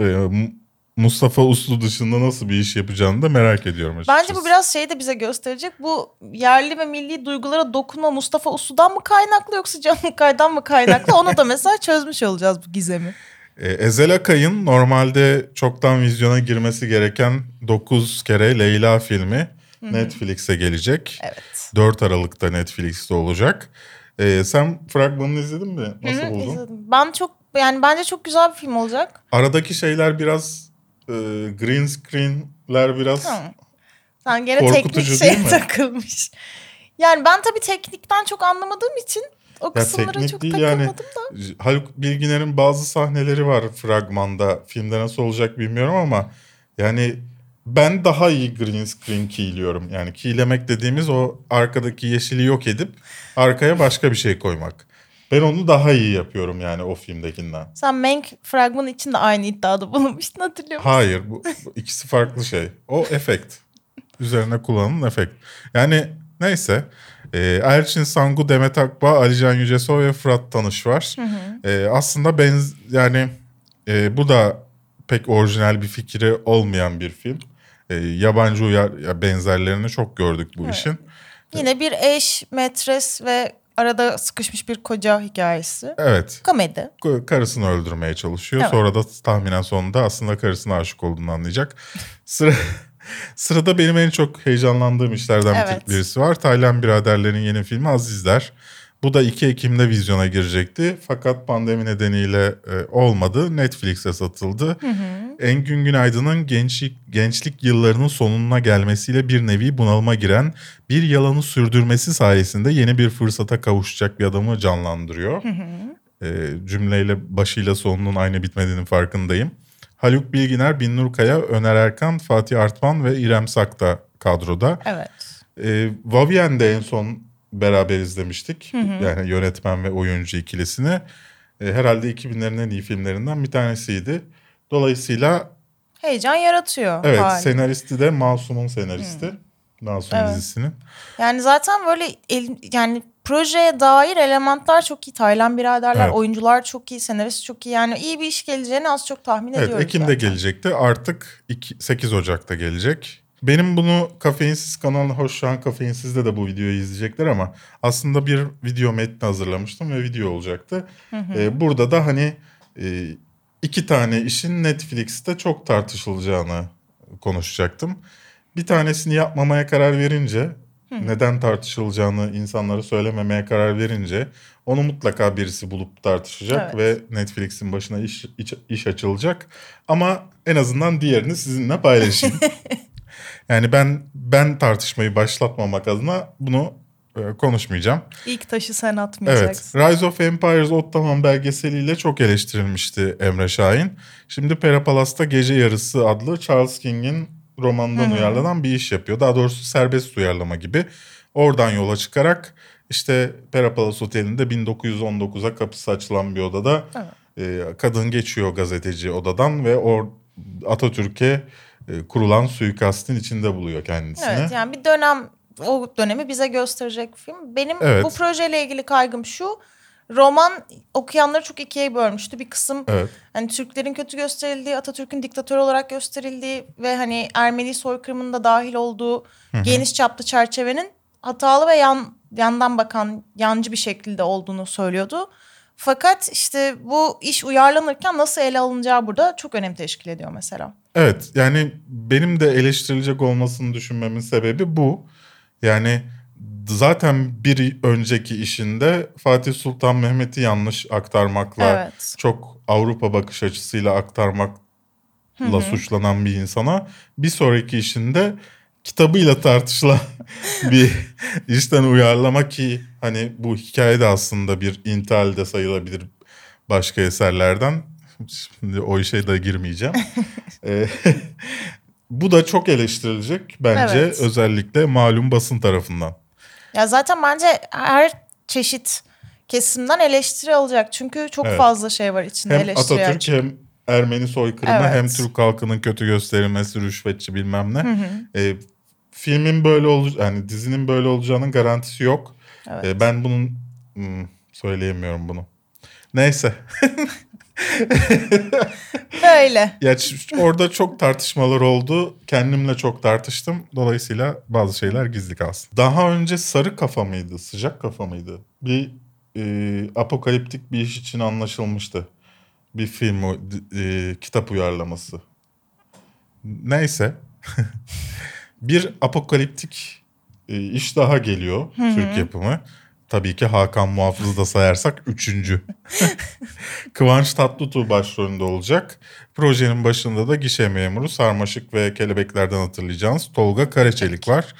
Mustafa Uslu dışında nasıl bir iş yapacağını da merak ediyorum açıkçası. Bence bu biraz şeyi de bize gösterecek. Bu yerli ve milli duygulara dokunma Mustafa Uslu'dan mı kaynaklı yoksa Can Ulukay'dan mı kaynaklı? Onu da mesela çözmüş olacağız bu gizemi. Ezel Akay'ın normalde çoktan vizyona girmesi gereken 9 kere Leyla filmi Netflix'e gelecek. Evet. 4 Aralık'ta Netflix'te olacak. Sen fragmanını izledin mi? Nasıl buldun? İzledim. Ben çok yani bence çok güzel bir film olacak. Aradaki şeyler biraz green screen'ler biraz Sen gene korkutucu teknik değil şeye mi? takılmış. Yani ben tabii teknikten çok anlamadığım için o Ya kısımlara teknik çok değil takılmadım yani. da. Haluk Bilginer'in bazı sahneleri var fragmanda. Filmde nasıl olacak bilmiyorum ama yani ben daha iyi green screen keyliyorum. Yani keylemek dediğimiz o arkadaki yeşili yok edip arkaya başka bir şey koymak. Ben onu daha iyi yapıyorum yani o filmdekinden. Sen Mank fragmanı için de aynı iddiada bulunmuştun hatırlıyor musun? Hayır bu ikisi farklı şey. O efekt. Üzerine kullanılan efekt. Yani neyse. Elçin Sangu, Demet Akbağ, Alican Yücesoy ve Fırat Tanış var. Aslında yani bu da pek orijinal bir fikri olmayan bir film. Yabancı benzerlerini çok gördük bu işin. Yine bir eş, metres ve arada sıkışmış bir koca hikayesi. Evet. Komedi. Karısını öldürmeye çalışıyor. Evet. Sonra da tahminen sonunda aslında karısına aşık olduğunu anlayacak. Sırada benim en çok heyecanlandığım işlerden Evet. birisi var. Taylan Biraderler'in yeni filmi Azizler. Bu da 2 Ekim'de vizyona girecekti. Fakat pandemi nedeniyle olmadı. Netflix'e satıldı. Engin Günaydın'ın gençlik yıllarının sonuna gelmesiyle bir nevi bunalıma giren, bir yalanı sürdürmesi sayesinde yeni bir fırsata kavuşacak bir adamı canlandırıyor. Cümleyle başıyla sonunun aynı bitmediğinin farkındayım. Haluk Bilginer, Binnur Kaya, Öner Erkan, Fatih Artman ve İrem Sak da kadroda. Evet. Vavien de en son beraber izlemiştik. Yani yönetmen ve oyuncu ikilisini. Herhalde 2000'lerin en iyi filmlerinden bir tanesiydi. Dolayısıyla Heyecan yaratıyor. evet, hali. senaristi de Masum'un senaristi. Masum Evet. dizisinin. Yani zaten böyle yani projeye dair elementler çok iyi. Taylan Biraderler, Evet. oyuncular çok iyi, senarist çok iyi. Yani iyi bir iş geleceğini az çok tahmin Evet, ediyoruz Ekim'de zaten. gelecekti. Artık 8 Ocak'ta gelecek. Benim bunu Kafeinsiz kanalına hoş, şu an Kafeinsiz'de de bu videoyu izleyecekler ama aslında bir video metni hazırlamıştım ve video olacaktı. Burada da hani 2 tane işin Netflix'te çok tartışılacağını konuşacaktım. Bir tanesini yapmamaya karar verince, neden tartışılacağını insanlara söylememeye karar verince onu mutlaka birisi bulup tartışacak ve Netflix'in başına iş açılacak. Ama en azından diğerini sizinle paylaşayım. Yani ben tartışmayı başlatmamak adına bunu konuşmayacağım. İlk taşı sen atmayacaksın. Evet. Rise of Empires Ottoman belgeseliyle çok eleştirilmişti Emre Şahin. Şimdi Pera Palas'ta Gece Yarısı adlı Charles King'in romanından uyarlanan bir iş yapıyor. Daha doğrusu serbest uyarlama gibi. Oradan yola çıkarak işte Pera Palace Oteli'nde 1919'a kapısı açılan bir odada kadın geçiyor gazeteci odadan ve Atatürk'e kurulan suikastin içinde buluyor kendisini. Evet, yani bir dönem, o dönemi bize gösterecek film. Benim bu projeyle ilgili kaygım şu: roman okuyanları çok ikiye bölmüştü. Bir kısım hani Türklerin kötü gösterildiği, Atatürk'ün diktatör olarak gösterildiği ve hani Ermeni soykırımının da dahil olduğu geniş çaplı çerçevenin hatalı ve yandan bakan, yancı bir şekilde olduğunu söylüyordu. Fakat işte bu iş uyarlanırken nasıl ele alınacağı burada çok önem teşkil ediyor mesela. Evet, yani benim de eleştirilecek olmasını düşünmemin sebebi bu. Yani zaten bir önceki işinde Fatih Sultan Mehmet'i yanlış aktarmakla, çok Avrupa bakış açısıyla aktarmakla suçlanan bir insana bir sonraki işinde kitabıyla tartışılan bir işten uyarlama, ki hani bu hikaye de aslında bir intihal de sayılabilir başka eserlerden. Şimdi o işe de girmeyeceğim. Bu da çok eleştirilecek bence, özellikle malum basın tarafından. Ya zaten bence her çeşit kesimden eleştiri alacak. Çünkü çok fazla şey var içinde hem eleştiri. Hem Atatürk hem Ermeni soykırımı hem Türk halkının kötü gösterilmesi, rüşvetçi bilmem ne. Filmin böyle yani dizinin böyle olacağının garantisi yok. Ben bunun söyleyemiyorum bunu. Neyse. Böyle. Ya orada çok tartışmalar oldu. Kendimle çok tartıştım. Dolayısıyla bazı şeyler gizli kalsın. Daha önce Sarı Kafa mıydı? Sıcak Kafa mıydı? Bir apokaliptik bir iş için anlaşılmıştı. Bir film, kitap uyarlaması. Neyse. Bir apokaliptik iş daha geliyor. Türk yapımı. Tabii ki Hakan Muhafız'ı da sayarsak 3. Kıvanç Tatlıtuğ başrolünde olacak. Projenin başında da gişe memuru, Sarmaşık ve Kelebekler'den hatırlayacağınız Tolga Karaçelik var.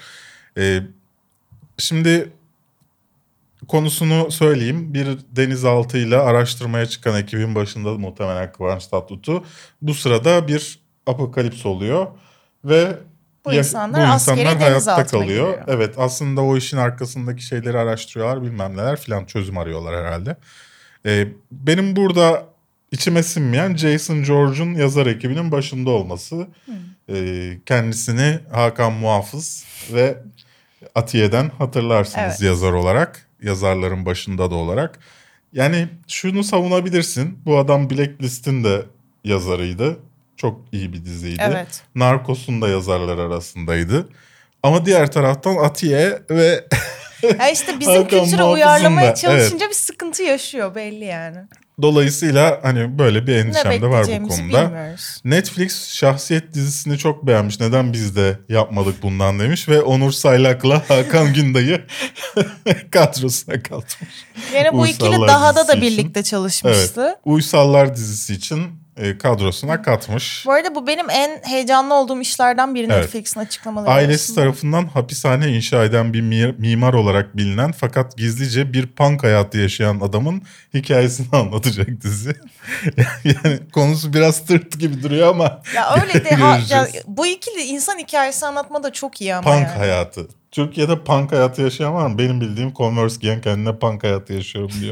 Şimdi konusunu söyleyeyim. Bir denizaltıyla araştırmaya çıkan ekibin başında muhtemelen Kıvanç Tatlıtuğ. Bu sırada bir apokalips oluyor ve bu insanlar hayatta kalıyor. Giriyor. Evet, aslında o işin arkasındaki şeyleri araştırıyorlar, bilmem neler filan, çözüm arıyorlar herhalde. Benim burada içime sinmeyen Jason George'un yazar ekibinin başında olması. Kendisini Hakan Muhafız ve Atiye'den hatırlarsınız yazar olarak. Yazarların başında da olarak. Yani şunu savunabilirsin. Bu adam Blacklist'in de yazarıydı. Çok iyi bir diziydi. Evet. Narcos'un da yazarlar arasındaydı. Ama diğer taraftan Atiye ve ya işte bizim kültüre uyarlamaya çalışınca bir sıkıntı yaşıyor belli yani. Dolayısıyla hani böyle bir endişem de var bu konuda. Bilmiyoruz. Netflix Şahsiyet dizisini çok beğenmiş. Neden biz de yapmadık bundan demiş ve Onur Saylak'la Hakan Günday'ı kadrosuna katmış. Yine bu ikili Daha'da da birlikte çalışmıştı. Evet, Uysallar dizisi için kadrosuna katmış. Bu arada bu benim en heyecanlı olduğum işlerden biri, Netflix'in açıklamaları Ailesi arasında. tarafından hapishane inşa eden bir mimar olarak bilinen fakat gizlice bir punk hayatı yaşayan adamın hikayesini anlatacak dizi. Yani konusu biraz tırt gibi duruyor ama ya öyle de bu ikili insan hikayesi anlatma da çok iyi ama punk hayatı. Türkiye'de punk hayatı yaşayan var mı? Benim bildiğim Converse giyen kendine punk hayatı yaşıyorum diyor.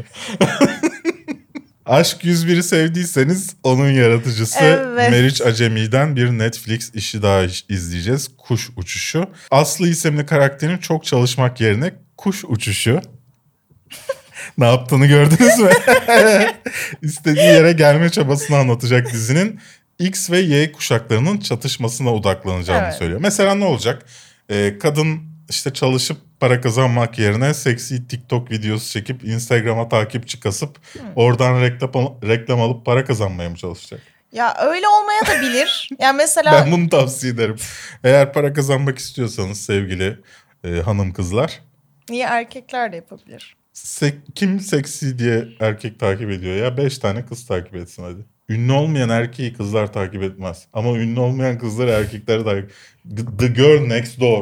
Aşk 101'i sevdiyseniz onun yaratıcısı Meriç Acemi'den bir Netflix işi daha izleyeceğiz. Kuş Uçuşu. Aslı isimli karakterin çok çalışmak yerine kuş uçuşu. Ne yaptığını gördünüz mü? İstediği yere gelme çabasını anlatacak dizinin X ve Y kuşaklarının çatışmasına odaklanacağını Evet. söylüyor. Mesela ne olacak? Kadın işte çalışıp para kazanmak yerine seksi TikTok videosu çekip Instagram'a takipçi kasıp oradan reklam alıp para kazanmaya mı çalışacak? Ya öyle olmaya da bilir. Yani mesela Ben bunu tavsiye ederim. Eğer para kazanmak istiyorsanız sevgili hanım kızlar. niye erkekler de yapabilir? Kim seksi diye erkek takip ediyor ya? 5 tane kız takip etsin hadi. Ünlü olmayan erkeği kızlar takip etmez. Ama ünlü olmayan kızları erkekler takip. The girl next door.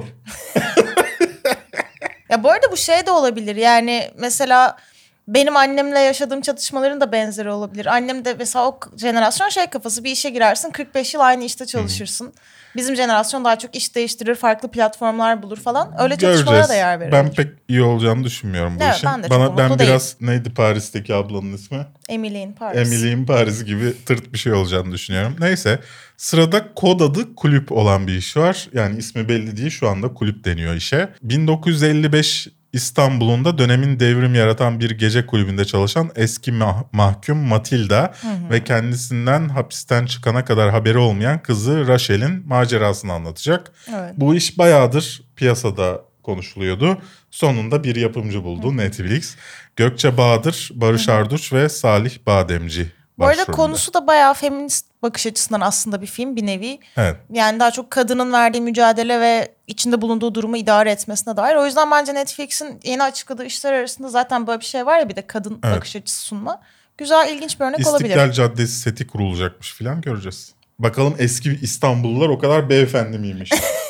Ya bu arada bu şey de olabilir. Yani mesela benim annemle yaşadığım çatışmaların da benzeri olabilir. Annem de mesela o jenerasyon şey kafası, bir işe girersin 45 yıl aynı işte çalışırsın. Bizim jenerasyon daha çok iş değiştirir, farklı platformlar bulur falan. Öyle çatışmalara da yer verir. Ben pek iyi olacağını düşünmüyorum bu Evet, işin. ben de çok umutlu Ben değilim. biraz neydi Paris'teki ablanın ismi? Emily in Paris. Emily in Paris gibi tırt bir şey olacağını düşünüyorum. Neyse, sırada kod adı kulüp olan bir iş var. Yani ismi belli değil, şu anda kulüp deniyor işe. 1955 İstanbul'un da dönemin devrim yaratan bir gece kulübünde çalışan eski mahkum Matilda ve kendisinden hapisten çıkana kadar haberi olmayan kızı Rachel'in macerasını anlatacak. Evet. Bu iş bayağıdır piyasada konuşuluyordu. Sonunda bir yapımcı buldu Netflix. Gökçe Bahadır, Barış Arduç ve Salih Bademci. Bu arada başrolünde. konusu da bayağı feminist bakış açısından aslında bir film, bir nevi. Evet. Yani daha çok kadının verdiği mücadele ve içinde bulunduğu durumu idare etmesine dair. O yüzden bence Netflix'in yeni açıkladığı işler arasında zaten böyle bir şey var ya, bir de kadın bakış açısı sunma. Güzel, ilginç bir örnek olabilir. İstiklal Caddesi seti kurulacakmış falan, göreceğiz. Bakalım eski İstanbullular o kadar beyefendi miymiş?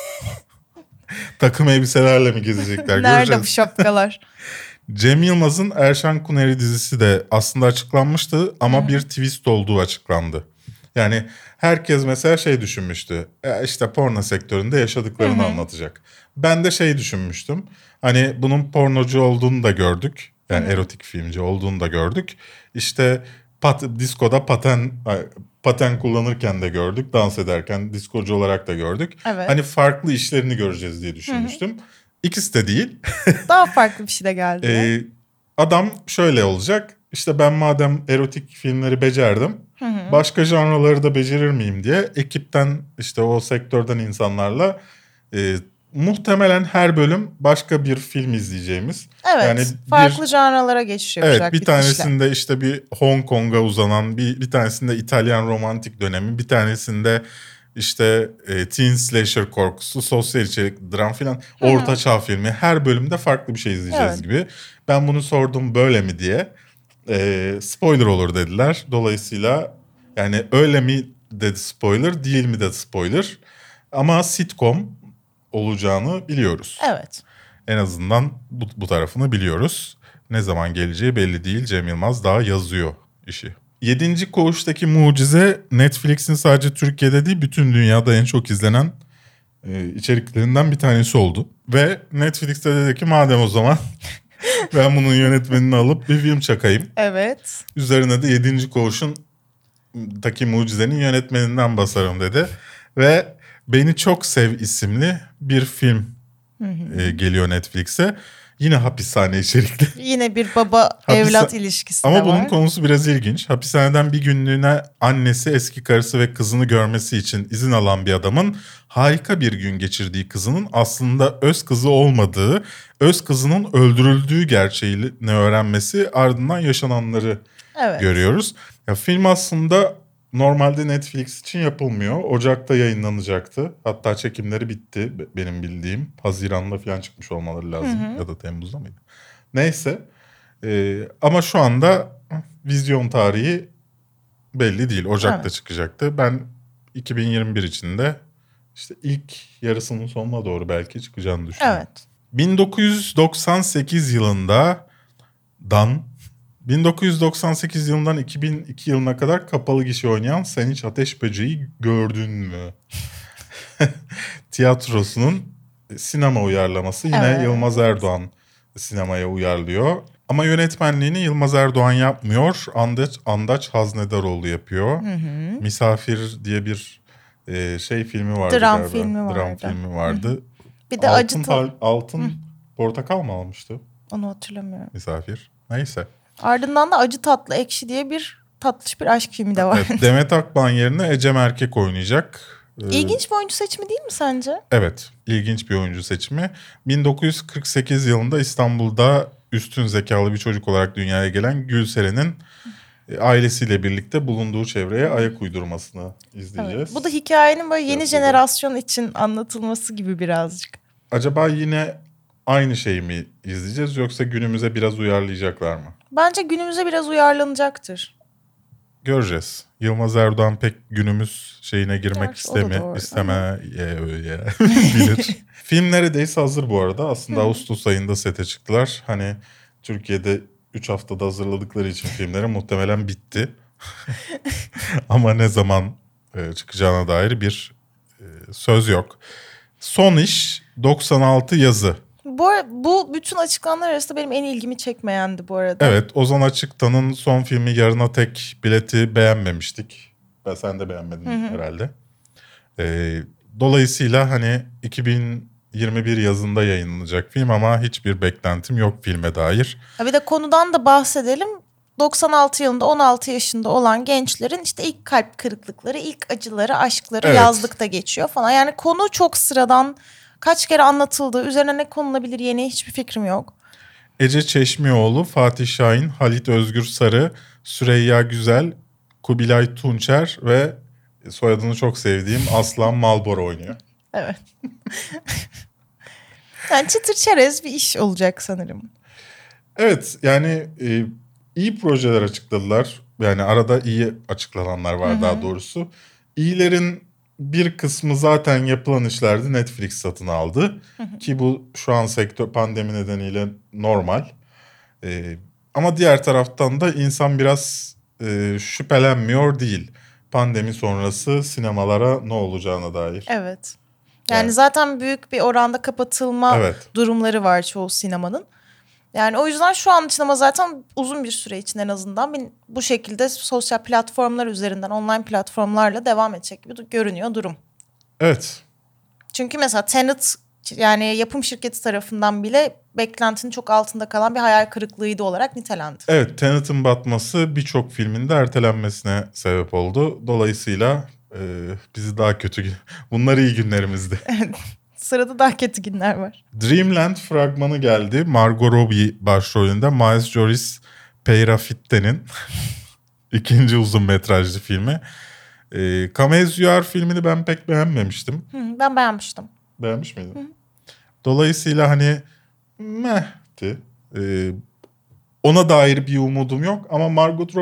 Takım elbiselerle mi gezecekler? Nerede göreceğiz. bu şapkalar? Cem Yılmaz'ın Erşan Kuneri dizisi de aslında açıklanmıştı ama bir twist olduğu açıklandı. Yani herkes mesela şey düşünmüştü. İşte porno sektöründe yaşadıklarını anlatacak. Ben de şey düşünmüştüm. Hani bunun pornocu olduğunu da gördük. Yani erotik filmci olduğunu da gördük. İşte diskoda paten kullanırken de gördük. Dans ederken diskocu olarak da gördük. Evet. Hani farklı işlerini göreceğiz diye düşünmüştüm. İkisi de değil. Daha farklı bir şey de geldi. Adam şöyle olacak. İşte ben madem erotik filmleri becerdim, başka janraları da becerir miyim diye ekipten, işte o sektörden insanlarla muhtemelen her bölüm başka bir film izleyeceğimiz. Evet, Yani farklı janralara geçiş yapacak evet, bir işler. tanesinde işte bir Hong Kong'a uzanan, bir tanesinde İtalyan romantik dönemi, bir tanesinde işte teen slasher korkusu, sosyal içerik dram filan, orta çağ filmi. Her bölümde farklı bir şey izleyeceğiz Evet. gibi. Ben bunu sordum böyle mi diye. Spoiler olur dediler. Dolayısıyla yani öyle mi dedi spoiler, değil mi dedi spoiler. Ama sitcom olacağını biliyoruz. Evet. En azından bu tarafını biliyoruz. Ne zaman geleceği belli değil. Cem Yılmaz daha yazıyor işi. 7. Koğuş'taki Mucize Netflix'in sadece Türkiye'de değil bütün dünyada en çok izlenen içeriklerinden bir tanesi oldu. Ve Netflix'te dedi ki madem o zaman ben bunun yönetmenini alıp bir film çakayım. Evet. Üzerine de 7. Koğuş'un taki Mucize'nin yönetmeninden basarım dedi. Ve Beni Çok Sev isimli bir film geliyor Netflix'e. Yine hapishane içerikli. Yine bir baba evlat ilişkisi Ama de bunun var. konusu biraz ilginç. Hapishaneden bir günlüğüne annesi, eski karısı ve kızını görmesi için izin alan bir adamın harika bir gün geçirdiği kızının aslında öz kızı olmadığı, öz kızının öldürüldüğü gerçeğini öğrenmesi, ardından yaşananları Evet. görüyoruz. Ya film aslında normalde Netflix için yapılmıyor. Ocak'ta yayınlanacaktı. Hatta çekimleri bitti benim bildiğim. Haziran'da falan çıkmış olmaları lazım. Ya da Temmuz'da mıydı? Neyse. Ama şu anda vizyon tarihi belli değil. Ocak'ta Evet. çıkacaktı. Ben 2021 içinde işte ilk yarısının sonuna doğru belki çıkacağını düşünüyorum. Evet. 1998 yılından 2002 yılına kadar kapalı gişe oynayan Sen Hiç Ateş Böceği Gördün Mü? Tiyatrosunun sinema uyarlaması. Yine Evet. Yılmaz Erdoğan sinemaya uyarlıyor. Ama yönetmenliğini Yılmaz Erdoğan yapmıyor. Andaç Haznedaroğlu yapıyor. Misafir diye bir filmi vardı Dram galiba. filmi Dram vardı. filmi vardı. Bir de Altın portakal mı almıştı onu hatırlamıyorum. Misafir? Neyse. Ardından da Acı Tatlı Ekşi diye bir tatlış bir aşk filmi de var. Evet, Demet Akbağ yerine Ecem Erkek oynayacak. İlginç bir oyuncu seçimi değil mi sence? Evet, ilginç bir oyuncu seçimi. 1948 yılında İstanbul'da üstün zekalı bir çocuk olarak dünyaya gelen Gülseren'in ailesiyle birlikte bulunduğu çevreye ayak uydurmasını izleyeceğiz. Evet. Bu da hikayenin böyle yeni Biraz jenerasyon için anlatılması gibi birazcık. Acaba yine aynı şeyi mi izleyeceğiz yoksa günümüze biraz uyarlayacaklar mı? Bence günümüze biraz uyarlanacaktır. Göreceğiz. Yılmaz Erdoğan pek günümüz şeyine girmek Gerçi o da doğru. bilir. Film neredeyse hazır bu arada. Aslında Ağustos ayında sete çıktılar. Hani Türkiye'de 3 haftada hazırladıkları için filmleri muhtemelen bitti. Ama ne zaman çıkacağına dair bir söz yok. Son iş 96 yazı. Bu bütün açıklamalar arasında benim en ilgimi çekmeyendi bu arada. Evet, Ozan Açıktan'ın son filmi Yarına Tek bileti beğenmemiştik. Sen de beğenmedin herhalde. Dolayısıyla hani 2021 yazında yayınlanacak film ama hiçbir beklentim yok filme dair. Bir de konudan da bahsedelim. 96 yılında 16 yaşında olan gençlerin işte ilk kalp kırıklıkları, ilk acıları, aşkları Evet. yazlıkta geçiyor falan. Yani konu çok sıradan. Kaç kere anlatıldı, üzerine ne konulabilir yeni hiçbir fikrim yok. Ece Çeşmioğlu, Fatih Şahin, Halit Özgür Sarı, Süreyya Güzel, Kubilay Tunçer ve soyadını çok sevdiğim Aslan Malboro oynuyor. Evet. Yani çıtır çerez bir iş olacak sanırım. Evet, yani iyi projeler açıkladılar. Yani arada iyi açıklananlar var daha doğrusu. İyilerin bir kısmı zaten yapılan işlerdi. Netflix satın aldı. Ki bu şu an sektör pandemi nedeniyle normal. Ama diğer taraftan da insan biraz şüphelenmiyor değil. Pandemi sonrası sinemalara ne olacağına dair. Evet. Yani Evet. zaten büyük bir oranda kapatılma Evet. durumları var çoğu sinemanın. Yani o yüzden şu an için ama zaten uzun bir süre için en azından bu şekilde sosyal platformlar üzerinden, online platformlarla devam edecek gibi görünüyor durum. Evet. Çünkü mesela Tenet, yani yapım şirketi tarafından bile beklentinin çok altında kalan bir hayal kırıklığıydı olarak nitelendi. Evet, Tenet'in batması birçok filmin de ertelenmesine sebep oldu. Dolayısıyla bizi daha kötü... Bunlar iyi günlerimizdi. Sırada daha kötü günler var. Dreamland fragmanı geldi. Margot Robbie başrolünde Miles Joris Peyrafitte'nin ikinci uzun metrajlı filmi. Come As You Are filmini ben pek beğenmemiştim. Ben beğenmiştim. Beğenmiş miydin? Dolayısıyla hani mehti. Ona dair bir umudum yok ama Margot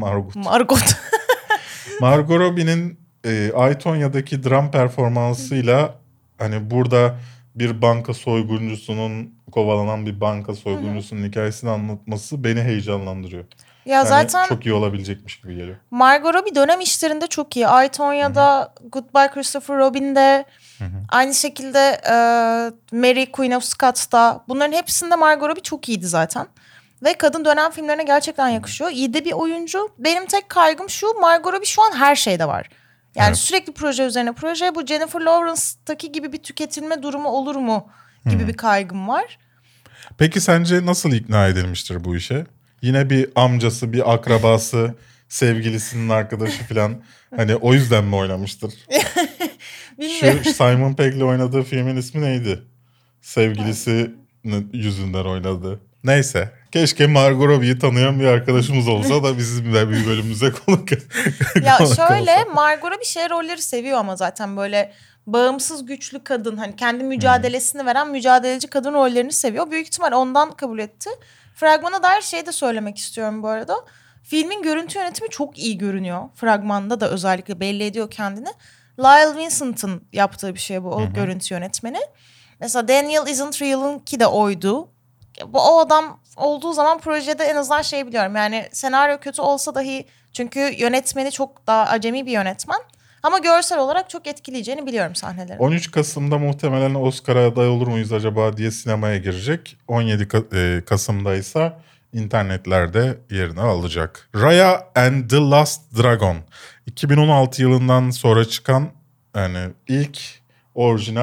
Robbie'nin Aytonya'daki dram performansıyla hani burada bir banka soyguncusunun, kovalanan bir banka soyguncusunun hikayesini anlatması beni heyecanlandırıyor. Ya Yani zaten çok iyi olabilecekmiş gibi geliyor. Margot Robbie dönem işlerinde çok iyi. Aytonya'da, Goodbye Christopher Robin'de, aynı şekilde Mary Queen of Scots'ta. Bunların hepsinde Margot Robbie çok iyiydi zaten. Ve kadın dönem filmlerine gerçekten yakışıyor. İyi de bir oyuncu. Benim tek kaygım şu, Margot Robbie şu an her şeyde var. Yani Evet. sürekli proje üzerine proje. Bu Jennifer Lawrence'daki gibi bir tüketilme durumu olur mu gibi bir kaygım var. Peki sence nasıl ikna edilmiştir bu işe? Yine bir amcası, bir akrabası, sevgilisinin arkadaşı falan. Hani o yüzden mi oynamıştır? Bilmiyorum. Şu Simon Pegg'le oynadığı filmin ismi neydi? Sevgilisi yüzünden oynadı. Neyse. Keşke Margot Robbie'yi tanıyan bir arkadaşımız olsa da bizim de bir bölümümüze konuk Ya konuk şöyle, olsa. Margot Robbie şey rolleri seviyor ama zaten böyle bağımsız güçlü kadın, hani kendi mücadelesini veren mücadeleci kadın rollerini seviyor. Büyük ihtimal ondan kabul etti. Fragmana dair şey de söylemek istiyorum bu arada. Filmin görüntü yönetimi çok iyi görünüyor. Fragmanda da özellikle belli ediyor kendini. Lyle Vincent'ın yaptığı bir şey bu, o görüntü yönetmeni. Mesela Daniel Isn't Real'ın ki de oydu. O adam olduğu zaman projede en azından şey biliyorum. Yani senaryo kötü olsa dahi, çünkü yönetmeni çok daha acemi bir yönetmen. Ama görsel olarak çok etkileyeceğini biliyorum sahnelerin. 13 Kasım'da muhtemelen Oscar'a aday olur muyuz acaba diye sinemaya girecek. 17 Kasım'da ise internetlerde yerini alacak. Raya and the Last Dragon. 2016 yılından sonra çıkan, yani ilk orijinal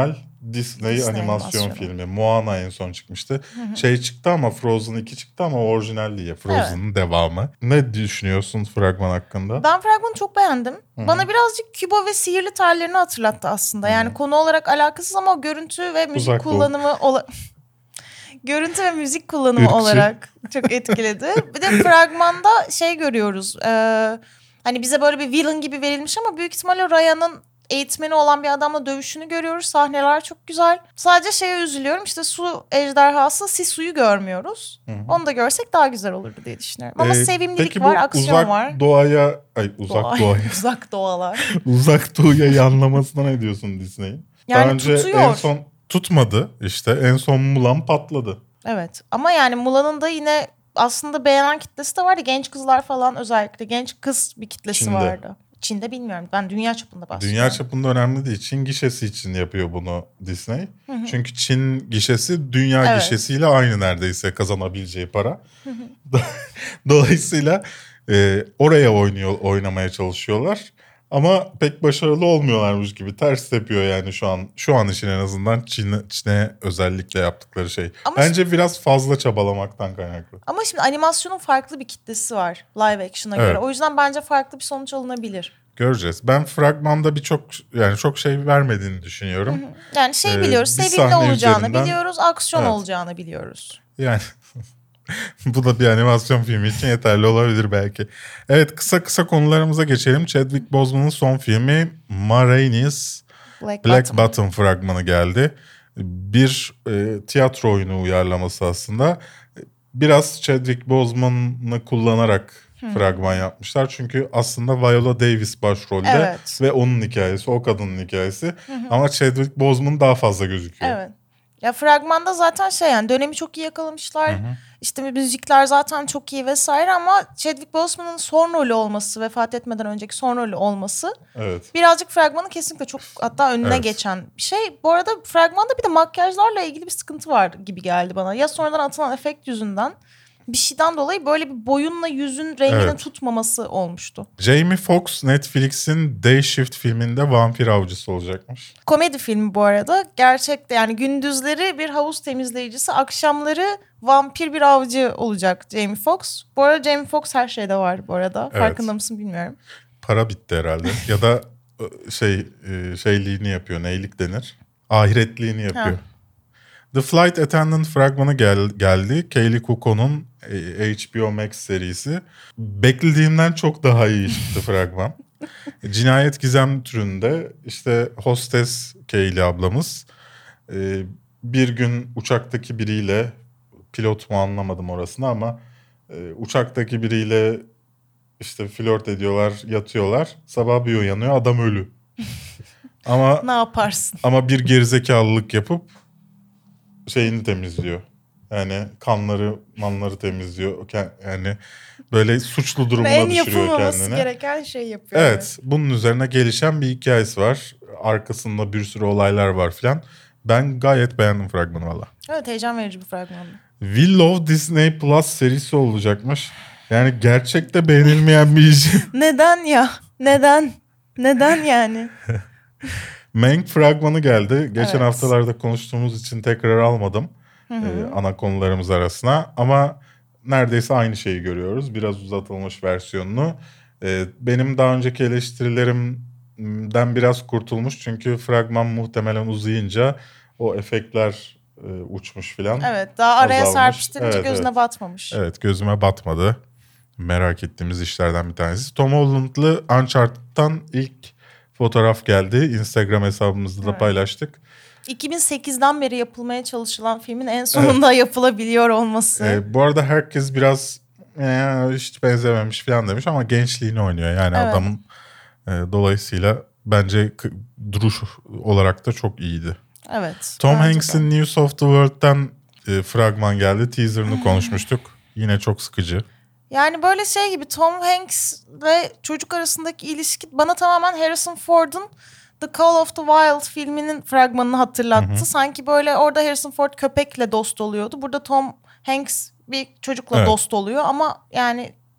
Disney animasyon animasyonu. filmi. Moana en son çıkmıştı. Şey çıktı ama Frozen 2 çıktı ama orijinal diye. Frozen'ın devamı. Ne düşünüyorsun fragman hakkında? Ben fragmanı çok beğendim. Bana birazcık Küba ve Sihirli Tellerini hatırlattı aslında. Yani konu olarak alakasız ama o görüntü ve müzik Uzak Doğu. kullanımı... görüntü ve müzik kullanımı Irkçı. olarak çok etkiledi. Bir de fragmanda şey görüyoruz. Hani bize böyle bir villain gibi verilmiş ama büyük ihtimalle Ryan'ın eğitmeni olan bir adamla dövüşünü görüyoruz. Sahneler çok güzel. Sadece şeye üzülüyorum. İşte su ejderhası Sisu'yu görmüyoruz. Onu da görsek daha güzel olurdu diye düşünüyorum. Ama sevimlilik peki var, bu aksiyon uzak var. doğaya... Ay uzak doğaya. Uzak doğalar. Uzak doğuya yanlamasına ne diyorsun Disney'in? Yani Daha önce tutuyor. en son tutmadı işte. En son Mulan patladı. Evet ama yani Mulan'ın da yine aslında beğenen kitlesi de vardı. Genç kızlar falan özellikle. Genç kız bir kitlesi Çin'de. vardı. Çin'de bilmiyorum. Ben dünya çapında bahsediyorum. Dünya çapında önemli değil. Çin gişesi için yapıyor bunu Disney. Çünkü Çin gişesi dünya Evet. gişesiyle aynı neredeyse kazanabileceği para. Dolayısıyla oraya oynamaya çalışıyorlar. Ama pek başarılı olmuyorlarmış gibi. Ters tepiyor yani şu an için en azından Çin'e özellikle yaptıkları şey. Ama Bence biraz fazla çabalamaktan kaynaklı. Ama şimdi animasyonun farklı bir kitlesi var live action'a Evet. göre. O yüzden bence farklı bir sonuç alınabilir. Göreceğiz. Ben fragmanda çok şey vermediğini düşünüyorum. Yani şey biliyoruz, bir sevimli sahne olacağını üzerinden- biliyoruz, aksiyon Evet. olacağını biliyoruz. Yani bu da bir animasyon filmi için yeterli olabilir belki. Evet, kısa konularımıza geçelim. Chadwick Boseman'ın son filmi Ma Rainey's Black Bottom fragmanı geldi. Bir tiyatro oyunu uyarlaması aslında. Biraz Chadwick Boseman'ı kullanarak fragman yapmışlar. Çünkü aslında Viola Davis başrolde Evet. ve onun hikayesi, o kadının hikayesi. Ama Chadwick Boseman daha fazla gözüküyor. Evet. Ya fragmanda zaten şey yani dönemi çok iyi yakalamışlar. İşte müzikler zaten çok iyi vesaire ama Chadwick Boseman'ın son rolü olması, vefat etmeden önceki son rolü olması Evet. birazcık fragmanın kesinlikle çok hatta önüne Evet. geçen bir şey. Bu arada fragmanda bir de makyajlarla ilgili bir sıkıntı var gibi geldi bana. Ya sonradan atılan efekt yüzünden bir şeyden dolayı böyle bir boyunla yüzün renginin Evet. tutmaması olmuştu. Jamie Foxx Netflix'in Day Shift filminde vampir avcısı olacakmış. Komedi filmi bu arada. Gerçekte yani gündüzleri bir havuz temizleyicisi, akşamları vampir bir avcı olacak Jamie Foxx. Bu arada Jamie Foxx her şeyde var bu arada. Evet. Farkında mısın bilmiyorum. Para bitti herhalde. Ya da şeyliğini yapıyor. Neylik denir? Ahiretliğini yapıyor. Ha. The Flight Attendant fragmanı geldi. Kaylee Cuoco'nun HBO Max serisi. Beklediğimden çok daha iyi çıktı fragman. Cinayet gizem türünde işte hostes Kaylee ablamız bir gün uçaktaki biriyle, pilot mu anlamadım orasını ama uçaktaki biriyle işte flört ediyorlar, yatıyorlar. Sabah bir uyanıyor, adam ölü. Ne yaparsın? Ama bir gerizekalılık yapıp şeyini temizliyor. Yani manları temizliyor. Yani böyle suçlu durumuna En düşürüyor yapılmaması kendini. gereken şey yapıyor. Evet, bunun üzerine gelişen bir hikayesi var. Arkasında bir sürü olaylar var filan. Ben gayet beğendim fragmanı valla. Evet, heyecan verici bir fragman. Willow Disney Plus serisi olacakmış. Yani gerçekte beğenilmeyen bir iş. Neden ya? Neden? Neden yani? Mank fragmanı geldi. Geçen Evet. haftalarda konuştuğumuz için tekrar almadım ana konularımız arasına. Ama neredeyse aynı şeyi görüyoruz. Biraz uzatılmış versiyonunu. Benim daha önceki eleştirilerimden biraz kurtulmuş. Çünkü fragman muhtemelen uzayınca o efektler uçmuş filan. Evet, daha araya Azalmış. serpiştirince Evet, gözüne evet. batmamış. Evet, gözüme batmadı. Merak ettiğimiz işlerden bir tanesi. Tom Holland'lı Uncharted'tan ilk fotoğraf geldi. Instagram hesabımızda da paylaştık. 2008'den beri yapılmaya çalışılan filmin en sonunda yapılabiliyor olması. Bu arada herkes biraz hiç benzememiş falan demiş ama gençliğini oynuyor. Yani Evet. adamın dolayısıyla bence duruş olarak da çok iyiydi. Evet. Tom bence de. Hanks'in News of the World'den fragman geldi. Teaser'ını konuşmuştuk. Yine çok sıkıcı. Yani böyle şey gibi Tom Hanks ve çocuk arasındaki ilişki bana tamamen Harrison Ford'un The Call of the Wild filminin fragmanını hatırlattı. Sanki böyle orada Harrison Ford köpekle dost oluyordu. Burada Tom Hanks bir çocukla Evet. dost oluyor ama yani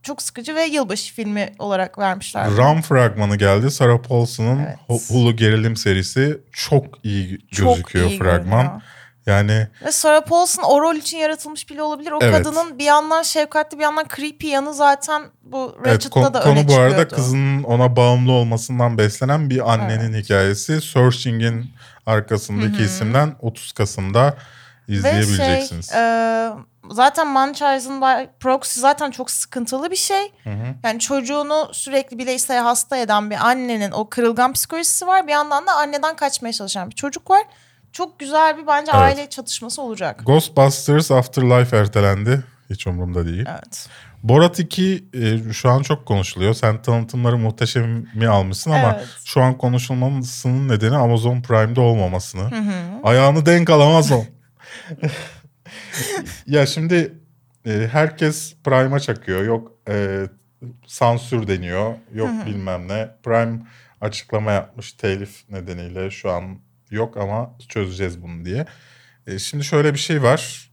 çok sıkıcı ve yılbaşı filmi olarak vermişler. Ram fragmanı geldi. Sarah Paulson'ın Evet. Hulu gerilim serisi çok iyi Çok gözüküyor iyi fragman. görünüyor. Yani Ve Sarah Paulson o rol için yaratılmış bile olabilir. O Evet. kadının bir yandan şefkatli bir yandan creepy yanı zaten bu evet, Ratchet'ta da öne konu bu çıkıyordu. arada kızının ona bağımlı olmasından beslenen bir annenin hikayesi. Searching'in arkasındaki isimden 30 Kasım'da Ve izleyebileceksiniz. zaten Munchausen by proxy zaten çok sıkıntılı bir şey. Yani çocuğunu sürekli bireysel hasta eden bir annenin o kırılgan psikolojisi var. Bir yandan da anneden kaçmaya çalışan bir çocuk var. Çok güzel bir bence aile çatışması olacak. Ghostbusters Afterlife ertelendi. Hiç umurumda değil. Evet. Borat 2 şu an çok konuşuluyor. Sen tanıtımları muhteşemi almışsın ama Evet. şu an konuşulmasının nedeni Amazon Prime'de olmamasını. Ayağını denk alamaz o. Ya şimdi herkes Prime'a çakıyor. Yok sansür deniyor. Yok bilmem ne. Prime açıklama yapmış telif nedeniyle şu an yok ama çözeceğiz bunu diye. Şimdi şöyle bir şey var.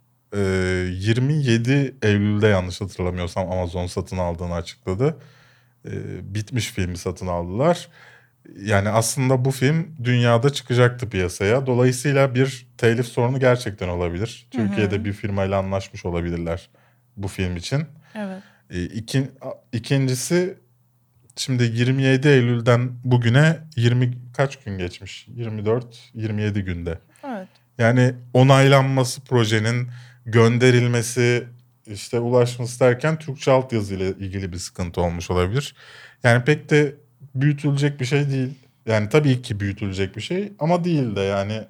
27 Eylül'de yanlış hatırlamıyorsam Amazon satın aldığını açıkladı. Bitmiş filmi satın aldılar. Yani aslında bu film dünyada çıkacaktı piyasaya. Dolayısıyla bir telif sorunu gerçekten olabilir. Türkiye'de bir firmayla anlaşmış olabilirler bu film için. Evet. İkincisi şimdi 27 Eylül'den bugüne 20 kaç gün geçmiş? 24-27 günde. Evet. Yani onaylanması projenin gönderilmesi işte ulaşması derken Türkçe altyazı ile ilgili bir sıkıntı olmuş olabilir. Yani pek de büyütülecek bir şey değil. Yani tabii ki büyütülecek bir şey ama değil de yani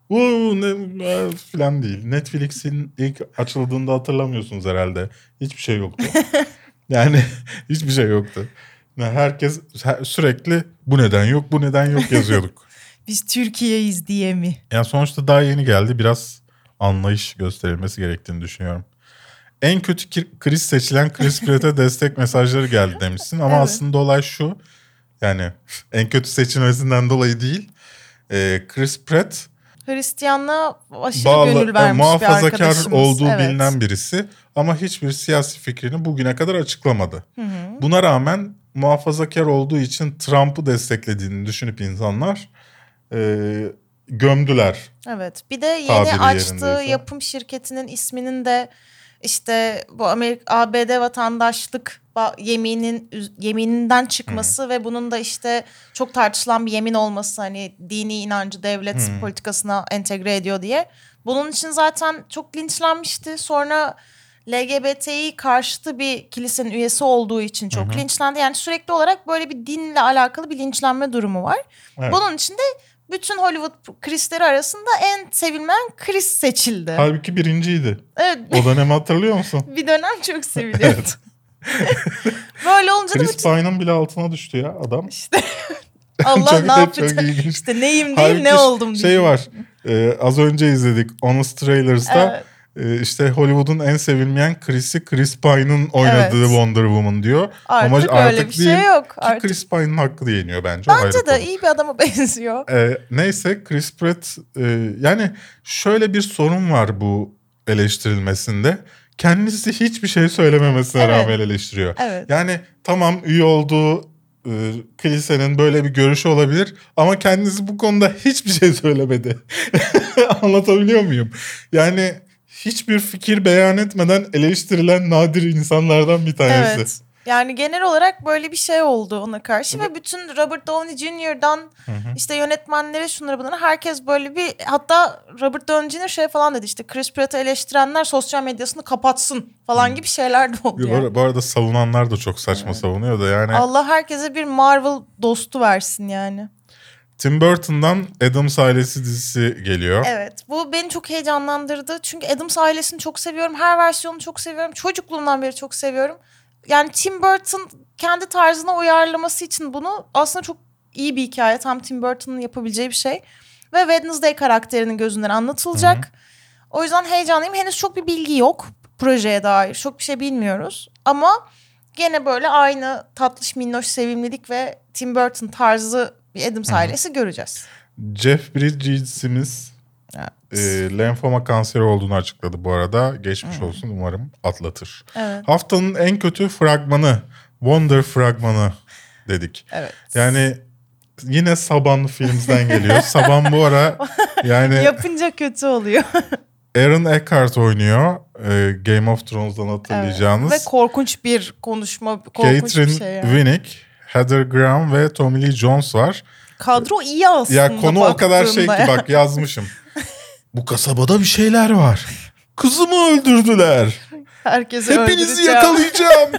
ne falan değil. Netflix'in ilk açıldığında hatırlamıyorsunuz herhalde. Hiçbir şey yoktu. Yani hiçbir şey yoktu. Yani herkes sürekli bu neden yok, bu neden yok yazıyorduk. Biz Türkiye'yiz diye mi? Yani sonuçta daha yeni geldi. Biraz anlayış gösterilmesi gerektiğini düşünüyorum. En kötü kriz seçilen Chris Pratt'e destek mesajları geldi demişsin. Ama Evet. aslında olay şu. Yani en kötü seçilmesinden dolayı değil. Chris Pratt Hristiyanlığa aşırı gönül vermiş bir muhafazakar arkadaşımız. olduğu Evet. bilinen birisi. Ama hiçbir siyasi fikrini bugüne kadar açıklamadı. Buna rağmen muhafazakar olduğu için Trump'ı desteklediğini düşünüp insanlar gömdüler. Evet. Bir de yeni Tabiri açtığı yerindeyse. yapım şirketinin isminin de işte bu ABD vatandaşlık yemininden çıkması ve bunun da işte çok tartışılan bir yemin olması, hani dini inancı devlet politikasına entegre ediyor diye. Bunun için zaten çok linçlenmişti. Sonra LGBTİ karşıtı bir kilisenin üyesi olduğu için çok linçlendi. Yani sürekli olarak böyle bir dinle alakalı bir linçlenme durumu var. Evet. Bunun için de bütün Hollywood Chris'leri arasında en sevilmeyen Chris seçildi. Halbuki birinciydi. Evet. O dönemi hatırlıyor musun? Bir dönem çok seviliyordu. Böyle olunca da Chris bütün Pine'ın bile altına düştü ya adam. Allah Çok- ne yapacak? çok ilginç. İşte neyim değil Halbuki ne oldum şey diye. var. Az önce izledik Honest Trailers'ta. İşte Hollywood'un en sevilmeyen Chris'i Chris Pine'ın oynadığı Evet. Wonder Woman diyor. Artık öyle bir şey değil yok. Ki Artık. Chris Pine'ın hakkı yeniyor bence. O ayrı Bence de konu. iyi bir adama benziyor. Neyse Chris Pratt yani şöyle bir sorun var bu eleştirilmesinde. Kendisi hiçbir şey söylememesine Evet. rağmen eleştiriyor. Evet. Yani tamam üye olduğu kilisenin böyle bir görüşü olabilir ama kendisi bu konuda hiçbir şey söylemedi. Anlatabiliyor muyum? Yani hiçbir fikir beyan etmeden eleştirilen nadir insanlardan bir tanesi. Evet. Yani genel olarak böyle bir şey oldu ona karşı ve bütün Robert Downey Jr.'dan işte yönetmenlere şunları bunları herkes böyle bir, hatta Robert Downey Jr. şey falan dedi, işte Chris Pratt'ı eleştirenler sosyal medyasını kapatsın falan gibi şeyler de oldu. Yani. Bu arada savunanlar da çok saçma savunuyor da yani. Allah herkese bir Marvel dostu versin yani. Tim Burton'dan Addams Ailesi dizisi geliyor. Evet, bu beni çok heyecanlandırdı. Çünkü Addams ailesini çok seviyorum. Her versiyonunu çok seviyorum. Çocukluğumdan beri çok seviyorum. Yani Tim Burton kendi tarzına uyarlaması için bunu aslında çok iyi bir hikaye. Tam Tim Burton'un yapabileceği bir şey. Ve Wednesday karakterinin gözünden anlatılacak. O yüzden heyecanlıyım. Henüz çok bir bilgi yok projeye dair. Çok bir şey bilmiyoruz. Ama gene böyle aynı tatlış minnoş sevimlilik ve Tim Burton tarzı bir Addams ailesi göreceğiz. Jeff Bridges'imiz Lenfoma kanseri olduğunu açıkladı bu arada. Geçmiş olsun, umarım atlatır. Evet. Haftanın en kötü fragmanı, Wonder fragmanı dedik. Evet. Yani yine Saban Films'den geliyor. Saban bu ara yani Yapınca kötü oluyor. Aaron Eckhart oynuyor. Game of Thrones'dan hatırlayacağınız. Ve korkunç bir konuşma, korkunç Catherine bir şey yani. Winnick, Heather Graham ve Tommy Lee Jones var. Kadro iyi aslında. Ya konu o kadar şey ki baktığında ya. bak yazmışım. Bu kasabada bir şeyler var. Kızımı öldürdüler. Herkesi Hepinizi öldüreceğim. yakalayacağım.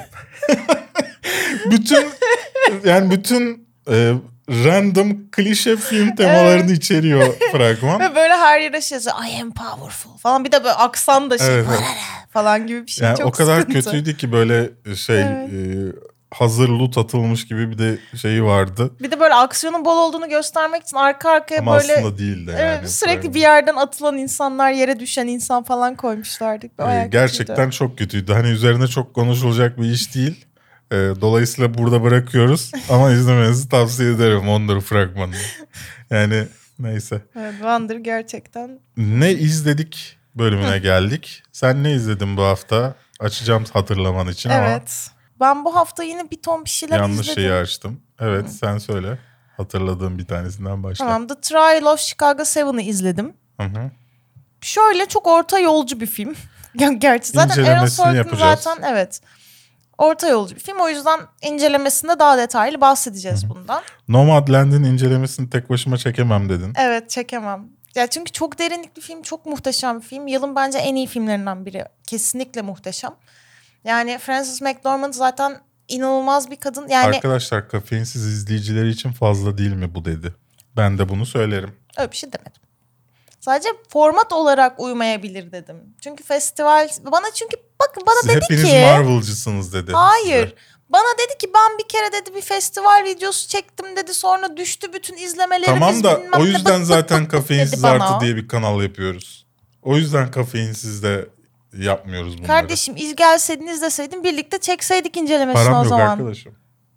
bütün random klişe film temalarını içeriyor fragman. Ve böyle her yere şey yazıyor. I am powerful falan. Bir de böyle aksan da şey Evet, evet. falan gibi bir şey. Yani çok o kadar sıkıntı. kötüydü ki böyle şey hazır loot atılmış gibi bir de şeyi vardı. Bir de böyle aksiyonun bol olduğunu göstermek için arka arkaya Ama böyle aslında değil de yani. sürekli bir yerden atılan insanlar, yere düşen insan falan koymuşlardı. Bayağı Gerçekten kötüydü. çok kötüydü. Hani üzerine çok konuşulacak bir iş değil. Dolayısıyla burada bırakıyoruz. Ama izlemenizi tavsiye ederim Wonder fragmanını. Yani neyse. Evet, Wonder gerçekten. Ne izledik bölümüne geldik. Sen ne izledin bu hafta? Açacağım hatırlaman için ama Evet. Ben bu hafta yine bir ton bir şeyler yanlış izledim. şeyi açtım. Evet sen söyle. Hatırladığım bir tanesinden başla. Tamam, The Trial of Chicago 7'ı izledim. Hı. Şöyle çok orta yolcu bir film. Gerçi zaten Aaron İncelemesini Sorkin yapacağız. zaten evet. Orta yolcu bir film. O yüzden incelemesinde daha detaylı bahsedeceğiz bundan. Nomadland'in incelemesini tek başıma çekemem dedin. Evet, çekemem. Ya çünkü çok derinlikli film, çok muhteşem bir film. Yılın bence en iyi filmlerinden biri. Kesinlikle muhteşem. Yani Frances McDormand zaten inanılmaz bir kadın. Yani Arkadaşlar kafeinsiz izleyicileri için fazla değil mi bu dedi. Ben de bunu söylerim. öyle bir şey demedim. Sadece format olarak uymayabilir dedim. Çünkü festival bakın bana Siz dedi hepiniz ki Marvel'cısınız dedi. hayır. size. Bana dedi ki ben bir kere dedi bir festival videosu çektim dedi. Sonra düştü bütün izlemelerimiz. Tamam da bilmem o ne, yüzden bık zaten bık bık kafeinsiz dedi bana. artı diye bir kanal yapıyoruz. O yüzden kafeinsiz de yapmıyoruz bunları. Kardeşim gelseydin izleseydin birlikte çekseydik incelemesini Param o yok zaman. arkadaşım.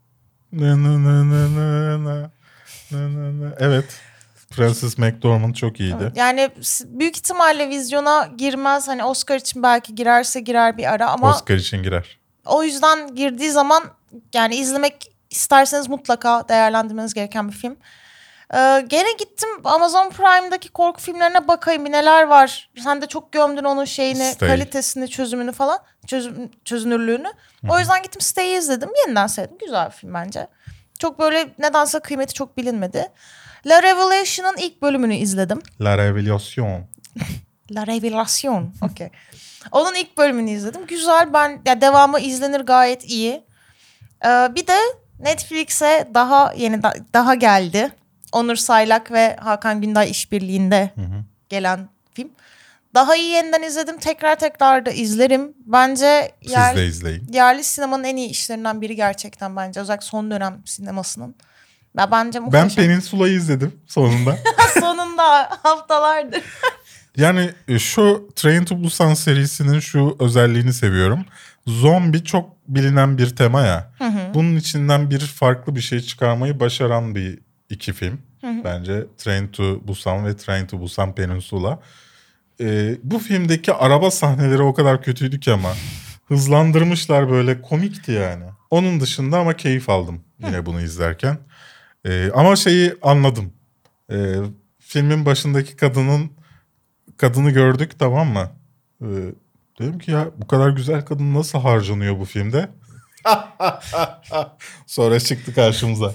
Evet. Frances McDormand çok iyiydi. Yani büyük ihtimalle vizyona girmez. Hani Oscar için belki girerse girer bir ara ama Oscar için girer. o yüzden girdiği zaman yani izlemek isterseniz mutlaka değerlendirmeniz gereken bir film. Gene gittim Amazon Prime'daki korku filmlerine bakayım bir neler var. Sen de çok gömdün onun şeyini, Stay. kalitesini, çözümünü falan, çözünürlüğünü. O yüzden gittim Stay'i izledim. Yeniden sevdim. Güzel bir film bence. Çok böyle nedense kıymeti çok bilinmedi. La Revelation'ın ilk bölümünü izledim. La Revelation. La Revelation. Okay. Onun ilk bölümünü izledim. Güzel. Devamı izlenir, gayet iyi. Bir de Netflix'e daha geldi. Onur Saylak ve Hakan Günday işbirliğinde gelen film. Daha iyi yeniden izledim. Tekrar da izlerim. Bence Siz de izleyin. yerli sinemanın en iyi işlerinden biri gerçekten bence. Özellikle son dönem sinemasının. Bence Ben muhteşem. Peninsula'yı izledim sonunda. Sonunda haftalardır. Yani şu Train to Busan serisinin şu özelliğini seviyorum. Zombi çok bilinen bir tema ya. Bunun içinden farklı bir şey çıkarmayı başaran iki film. Bence Train to Busan ve Train to Busan Peninsula. Bu filmdeki araba sahneleri o kadar kötüydü ki ama hızlandırmışlar, böyle komikti yani. Onun dışında ama keyif aldım yine bunu izlerken. Ama şeyi anladım. Filmin başındaki kadını gördük, tamam mı? Dedim ki ya bu kadar güzel kadın nasıl harcanıyor bu filmde? Sonra çıktı karşımıza.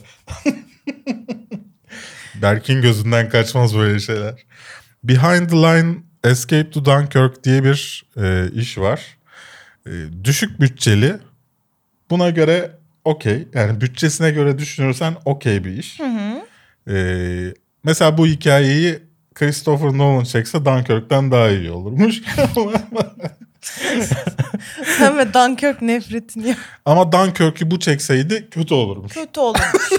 Berk'in gözünden kaçmaz böyle şeyler. Behind the Line Escape to Dunkirk diye bir iş var. Düşük bütçeli. Buna göre okey. Yani bütçesine göre düşünürsen okey bir iş. Mesela bu hikayeyi Christopher Nolan çekse Dunkirk'ten daha iyi olurmuş. Sen ve Dunkirk nefretini. Ama Dunkirk'ü bu çekseydi kötü olurmuş. Kötü olmuş.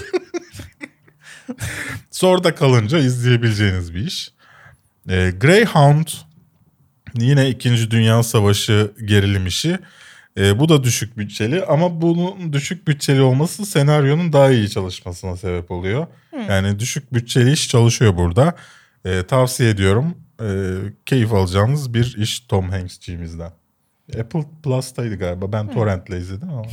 Zorda kalınca izleyebileceğiniz bir iş. Greyhound yine 2. Dünya Savaşı gerilim işi. Bu da düşük bütçeli ama bunun düşük bütçeli olması senaryonun daha iyi çalışmasına sebep oluyor. Yani düşük bütçeli iş çalışıyor burada. Tavsiye ediyorum. keyif alacağınız bir iş Tom Hanks'ciğimizden. Apple Plus'taydı galiba. Ben torrentle izledim ama.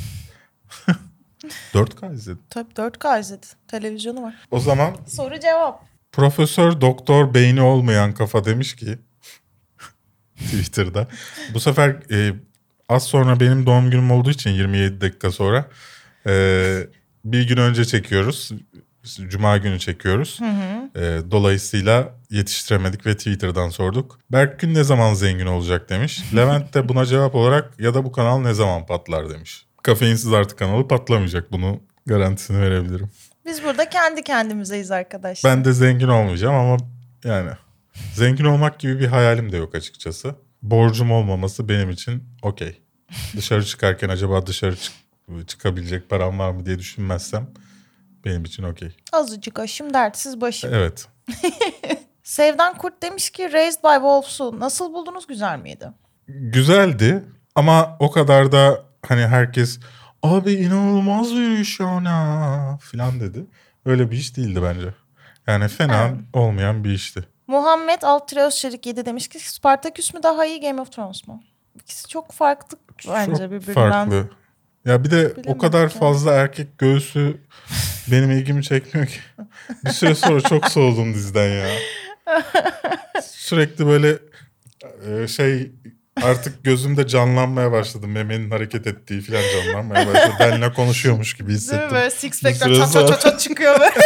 4K izledim. Tabii 4K izledi. Televizyonu var. O zaman Soru cevap. Profesör Doktor Beyni Olmayan Kafa demiş ki Twitter'da. Bu sefer az sonra benim doğum günüm olduğu için 27 dakika sonra bir gün önce çekiyoruz. Cuma günü çekiyoruz. Dolayısıyla yetiştiremedik ve Twitter'dan sorduk. Berkgün ne zaman zengin olacak demiş. Levent de buna cevap olarak ya da bu kanal ne zaman patlar demiş. Kafeinsiz Artı kanalı patlamayacak. Bunu garantisini verebilirim. Biz burada kendi kendimizeyiz arkadaşlar. Ben de zengin olmayacağım ama yani zengin olmak gibi bir hayalim de yok açıkçası. Borcum olmaması benim için okey. Dışarı çıkarken acaba çıkabilecek param var mı diye düşünmezsem benim için okey. Azıcık aşım dertsiz başım. Evet. Sevdan Kurt demiş ki Raised by Wolves'u nasıl buldunuz, güzel miydi? Güzeldi ama o kadar da hani herkes abi inanılmaz bir iş ya falan dedi. Öyle bir iş değildi bence. Yani fena olmayan bir işti. Muhammed Altreos Çelik 7 demiş ki Spartaküs mü daha iyi, Game of Thrones mu? İkisi çok farklı bence Çok birbirinden. farklı. Ya bir de Bilemedim o kadar ya. fazla erkek göğsü benim ilgimi çekmiyor ki. Bir süre sonra çok soğudum diziden ya. Sürekli böyle artık gözümde canlanmaya başladı. Memenin hareket ettiği falan canlanmaya başladı. Benimle konuşuyormuş gibi Değil hissettim. mi? Böyle six Bir pack'ler süre çat çat sonra- çat çıkıyor böyle.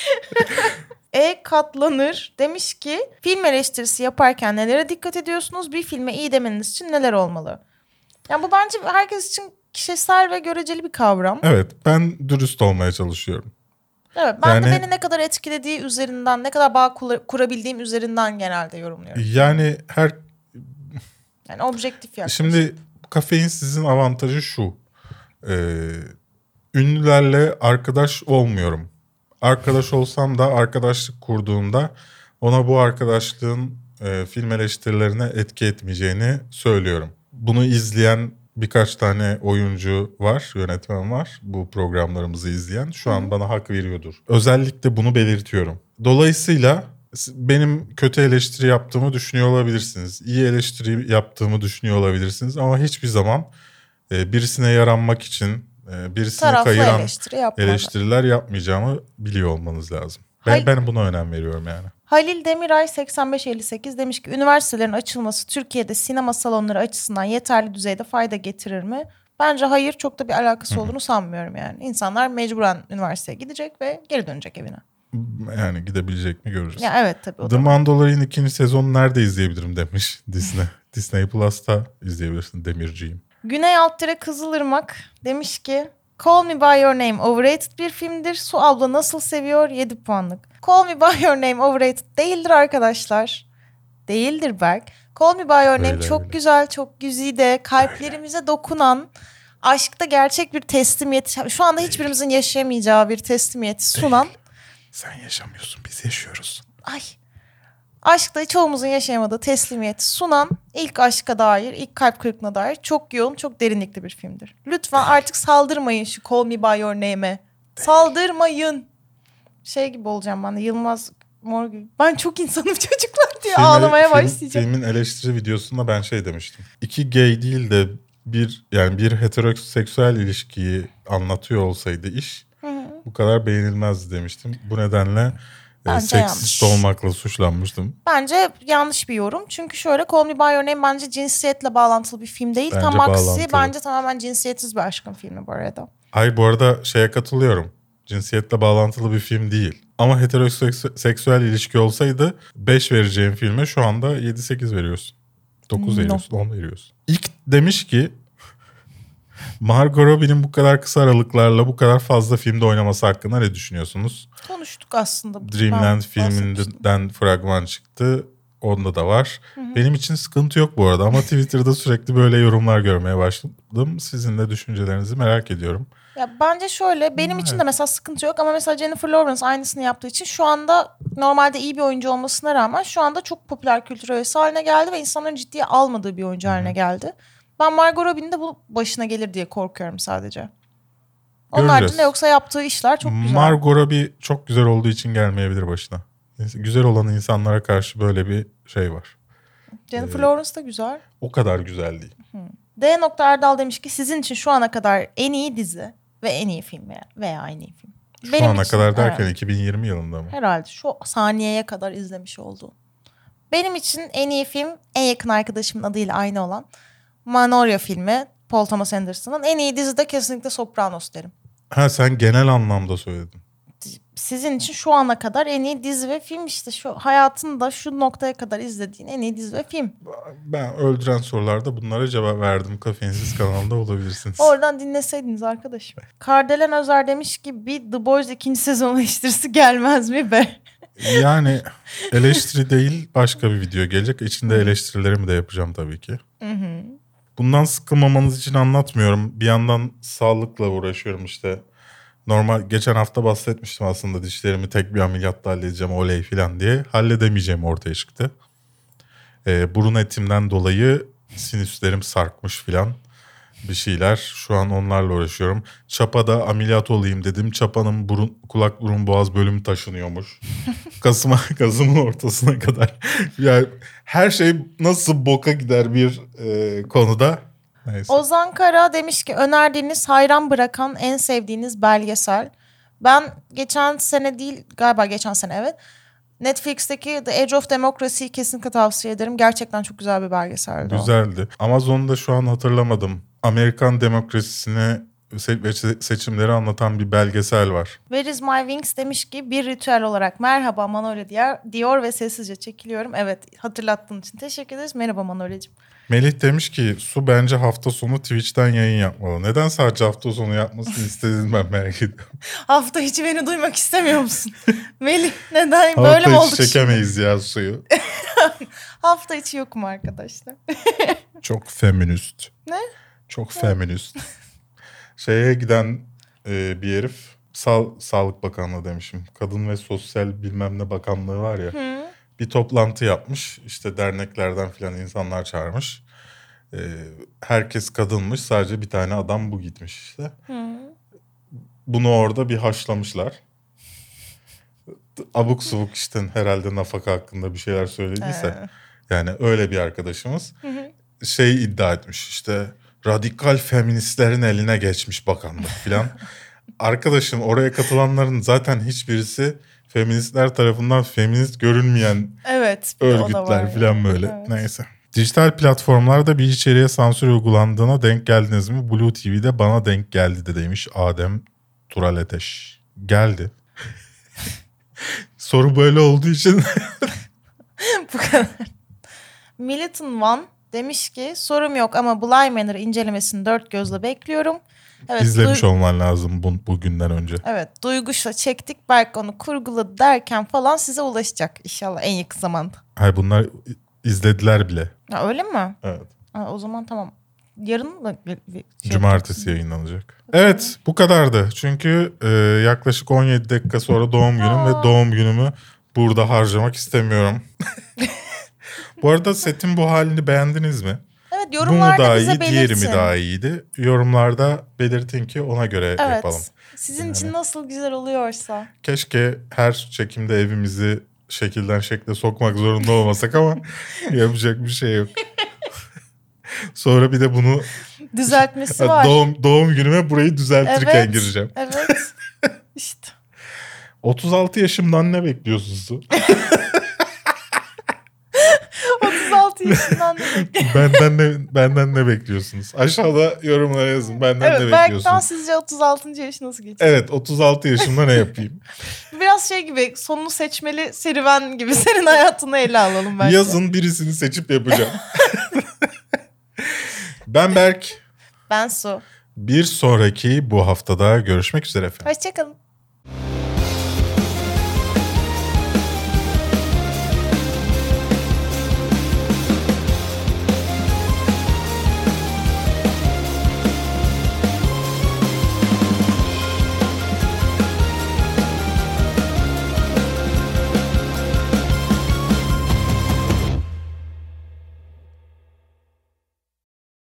Katlanır demiş ki film eleştirisi yaparken nelere dikkat ediyorsunuz? Bir filme iyi demeniz için neler olmalı? Yani bu bence herkes için kişisel ve göreceli bir kavram. Evet, ben dürüst olmaya çalışıyorum. Evet, ben de Yani- beni ne kadar etkilediği üzerinden, ne kadar bağ kurabildiğim üzerinden genelde yorumluyorum. Yani Yani objektif yaklaşım. şimdi kafeinsizin avantajı şu. Ünlülerle arkadaş olmuyorum. Arkadaş olsam da arkadaşlık kurduğumda ona bu arkadaşlığın film eleştirilerine etki etmeyeceğini söylüyorum. Bunu izleyen birkaç tane oyuncu var, yönetmen var bu programlarımızı izleyen. Şu an bana hak veriyordur. Özellikle bunu belirtiyorum. Dolayısıyla benim kötü eleştiri yaptığımı düşünüyor olabilirsiniz. İyi eleştiri yaptığımı düşünüyor olabilirsiniz. Ama hiçbir zaman birisine yaranmak için, birisine Taraflı kayıran eleştiri yapmalı. eleştiriler yapmayacağımı biliyor olmanız lazım. Ben buna önem veriyorum yani. Halil Demiray 8558 demiş ki üniversitelerin açılması Türkiye'de sinema salonları açısından yeterli düzeyde fayda getirir mi? Bence hayır, çok da bir alakası olduğunu sanmıyorum yani. İnsanlar mecburen üniversiteye gidecek ve geri dönecek evine. Yani gidebilecek mi görürüz. Ya evet tabii o The da. Mandalorian 2. sezonu nerede izleyebilirim demiş Disney. Disney Plus'ta izleyebilirsin Demirciğim. Güney Alttire Kızılırmak demiş ki Call Me By Your Name overrated bir filmdir. Su abla nasıl seviyor? 7 puanlık. Call Me By Your Name overrated değildir arkadaşlar. Değildir Berk. Call Me By Your Name Öyle, çok öyle. güzel, çok güzide, kalplerimize dokunan, aşkta gerçek bir teslimiyet, şu anda hiçbirimizin yaşayamayacağı bir teslimiyeti sunan. Sen yaşamıyorsun, biz yaşıyoruz. Ay. Aşkta çoğumuzun yaşayamadığı teslimiyeti sunan, ilk aşka dair, ilk kalp kırıklığına dair çok yoğun, çok derinlikli bir filmdir. Lütfen artık saldırmayın şu Call Me By Your Name'e. Saldırmayın. Şey gibi olacağım ben de, Yılmaz Morgül. Ben çok insanım çocuklar diye ağlamaya başlayacağım. Filmin eleştiri videosunda ben şey demiştim. 2 gay değil de bir heteroseksüel ilişkiyi anlatıyor olsaydı iş bu kadar beğenilmezdi demiştim. Bu nedenle Bence seksist yanlış. olmakla suçlanmıştım. Bence yanlış bir yorum. Çünkü şöyle, Call Me By Your Name bence cinsiyetle bağlantılı bir film değil. Bence Tam aksi bağlantılı. bence tamamen cinsiyetsiz bir aşkın filmi bu arada. Hayır, bu arada şeye katılıyorum. Cinsiyetle bağlantılı bir film değil. Ama heteroseksüel ilişki olsaydı 5 vereceğim filme şu anda 7-8 veriyorsun. 9 No. veriyorsun, 10 veriyorsun. İlk demiş ki Margot Robbie'nin bu kadar kısa aralıklarla bu kadar fazla filmde oynaması hakkında ne düşünüyorsunuz? Konuştuk aslında. Dreamland Ben bahsetmiştim. filminden fragman çıktı. Onda da var. Benim için sıkıntı yok bu arada ama Twitter'da sürekli böyle yorumlar görmeye başladım. Sizin de düşüncelerinizi merak ediyorum. Ya bence şöyle, benim için de mesela sıkıntı yok ama mesela Jennifer Lawrence aynısını yaptığı için şu anda normalde iyi bir oyuncu olmasına rağmen şu anda çok popüler kültür öğesi haline geldi ve insanların ciddiye almadığı bir oyuncu haline geldi. Ben Margot Robbie'nin de bu başına gelir diye korkuyorum sadece. Onun Göreceğiz. haricinde yoksa yaptığı işler çok güzel. Margot Robbie çok güzel olduğu için gelmeyebilir başına. Güzel olan insanlara karşı böyle bir şey var. Jennifer Lawrence da güzel. O kadar güzel değil. D. Erdal demiş ki sizin için şu ana kadar en iyi dizi ve en iyi film veya en iyi film. Şu ana için, kadar derken herhalde, 2020 yılında mı? herhalde şu saniyeye kadar izlemiş olduğum. Benim için en iyi film, en yakın arkadaşımın adıyla aynı olan Manolya filmi, Paul Thomas Anderson'ın. En iyi dizi de kesinlikle Sopranos derim. Ha, sen genel anlamda söyledin. Sizin için şu ana kadar en iyi dizi ve film, işte şu hayatında şu noktaya kadar izlediğin en iyi dizi ve film. Ben öldüren sorularda bunlara cevap verdim. Kafeinsiz kanalında olabilirsiniz. Oradan dinleseydiniz arkadaşım. Kardelen Özer demiş ki bir The Boys 2. sezon eleştirisi gelmez mi be? Yani eleştiri değil, başka bir video gelecek. İçinde eleştirilerimi de yapacağım tabii ki. Bundan sıkılmamanız için anlatmıyorum. Bir yandan sağlıkla uğraşıyorum işte. Normal geçen hafta bahsetmiştim aslında, dişlerimi tek bir ameliyatta halledeceğim oley falan diye. Halledemeyeceğim ortaya çıktı. Burun etimden dolayı sinüslerim sarkmış falan bir şeyler. Şu an onlarla uğraşıyorum. Çapa'da ameliyat olayım dedim. Çapa'nın kulak burun boğaz bölümü taşınıyormuş. Kasım'ın ortasına kadar. Yani her şey nasıl boka gider bir konuda. Neyse. Ozan Kara demiş ki önerdiğiniz, hayran bırakan, en sevdiğiniz belgesel. Ben geçen sene değil galiba geçen sene, evet, Netflix'teki The Edge of Democracy'yi kesinlikle tavsiye ederim. Gerçekten çok güzel bir belgeseldi o. Güzeldi. Amazon'da şu an hatırlamadım. Amerikan demokrasisini ve seçimleri anlatan bir belgesel var. Where is my wings demiş ki bir ritüel olarak merhaba Manolya diyor ve sessizce çekiliyorum. Evet, hatırlattığın için teşekkür ederiz. Merhaba Manolya'cığım. Melih demiş ki Su bence hafta sonu Twitch'ten yayın yapmalı. Neden sadece hafta sonu yapmasını istediğini ben merak ediyorum. Hafta içi beni duymak istemiyor musun? Melih neden böyle Hafta mi içi olduk şimdi? çekemeyiz ya Su'yu. Hafta içi yokum arkadaşlar. Çok feminist. Ne? Çok feminist. Şeye giden bir herif, Sağlık Bakanlığı demişim. Kadın ve Sosyal bilmem ne bakanlığı var ya. Bir toplantı yapmış. İşte derneklerden filan insanlar çağırmış. Herkes kadınmış. Sadece bir tane adam bu gitmiş işte. Bunu orada bir haşlamışlar. Abuk subuk işte herhalde nafaka hakkında bir şeyler söylediyse. Yani öyle bir arkadaşımız. Şey iddia etmiş işte, radikal feministlerin eline geçmiş bakanlık filan. Arkadaşım, oraya katılanların zaten hiçbirisi feministler tarafından feminist görünmeyen Evet, bir de o da örgütler var falan yani. böyle. Evet. Neyse. Dijital platformlarda bir içeriğe sansür uygulandığına denk geldiniz mi? Blue TV'de bana denk geldi de demiş Adem Turaleteş. Geldi. Soru böyle olduğu için. Bu kadar. Militon One demiş ki sorum yok ama Bly Manor incelemesini dört gözle bekliyorum. Evet, İzlemiş olman lazım bugünden önce. Evet, Duyguş'la çektik, belki onu kurguladı derken falan size ulaşacak inşallah en yakın zamanda. Hayır, bunlar izlediler bile. Ha, öyle mi? Evet. Ha, o zaman tamam. Yarın mı? Cumartesi yayınlanacak. Evet, bu kadardı. Çünkü yaklaşık 17 dakika sonra doğum günüm ve doğum günümü burada harcamak istemiyorum. Bu arada setin bu halini beğendiniz mi? Evet, Bu mu yorumlarda daha bize iyi, diğeri mi belirtin. daha iyiydi? Yorumlarda belirtin ki ona göre Evet. yapalım. Sizin için nasıl güzel oluyorsa. Keşke her çekimde evimizi şekilden şekle sokmak zorunda olmasak ama yapacak bir şey yok. Sonra bir de bunu Düzeltmesi var. doğum günüme burayı düzeltirken Evet. gireceğim. Evet. İşte. 36 yaşımdan ne bekliyorsun Su? 36 yaşından da benden ne bekliyorsunuz? Aşağıda yorumlara yazın. Benden Evet, ne Berk'tan bekliyorsunuz? sizce 36. yaşı nasıl geçti? Evet, 36 yaşımda ne yapayım? Biraz şey gibi, sonunu seçmeli serüven gibi senin hayatını ele alalım belki. Yazın, birisini seçip yapacağım. Ben Berk. Ben Su. Bir sonraki bu haftada görüşmek üzere efendim. Hoşçakalın.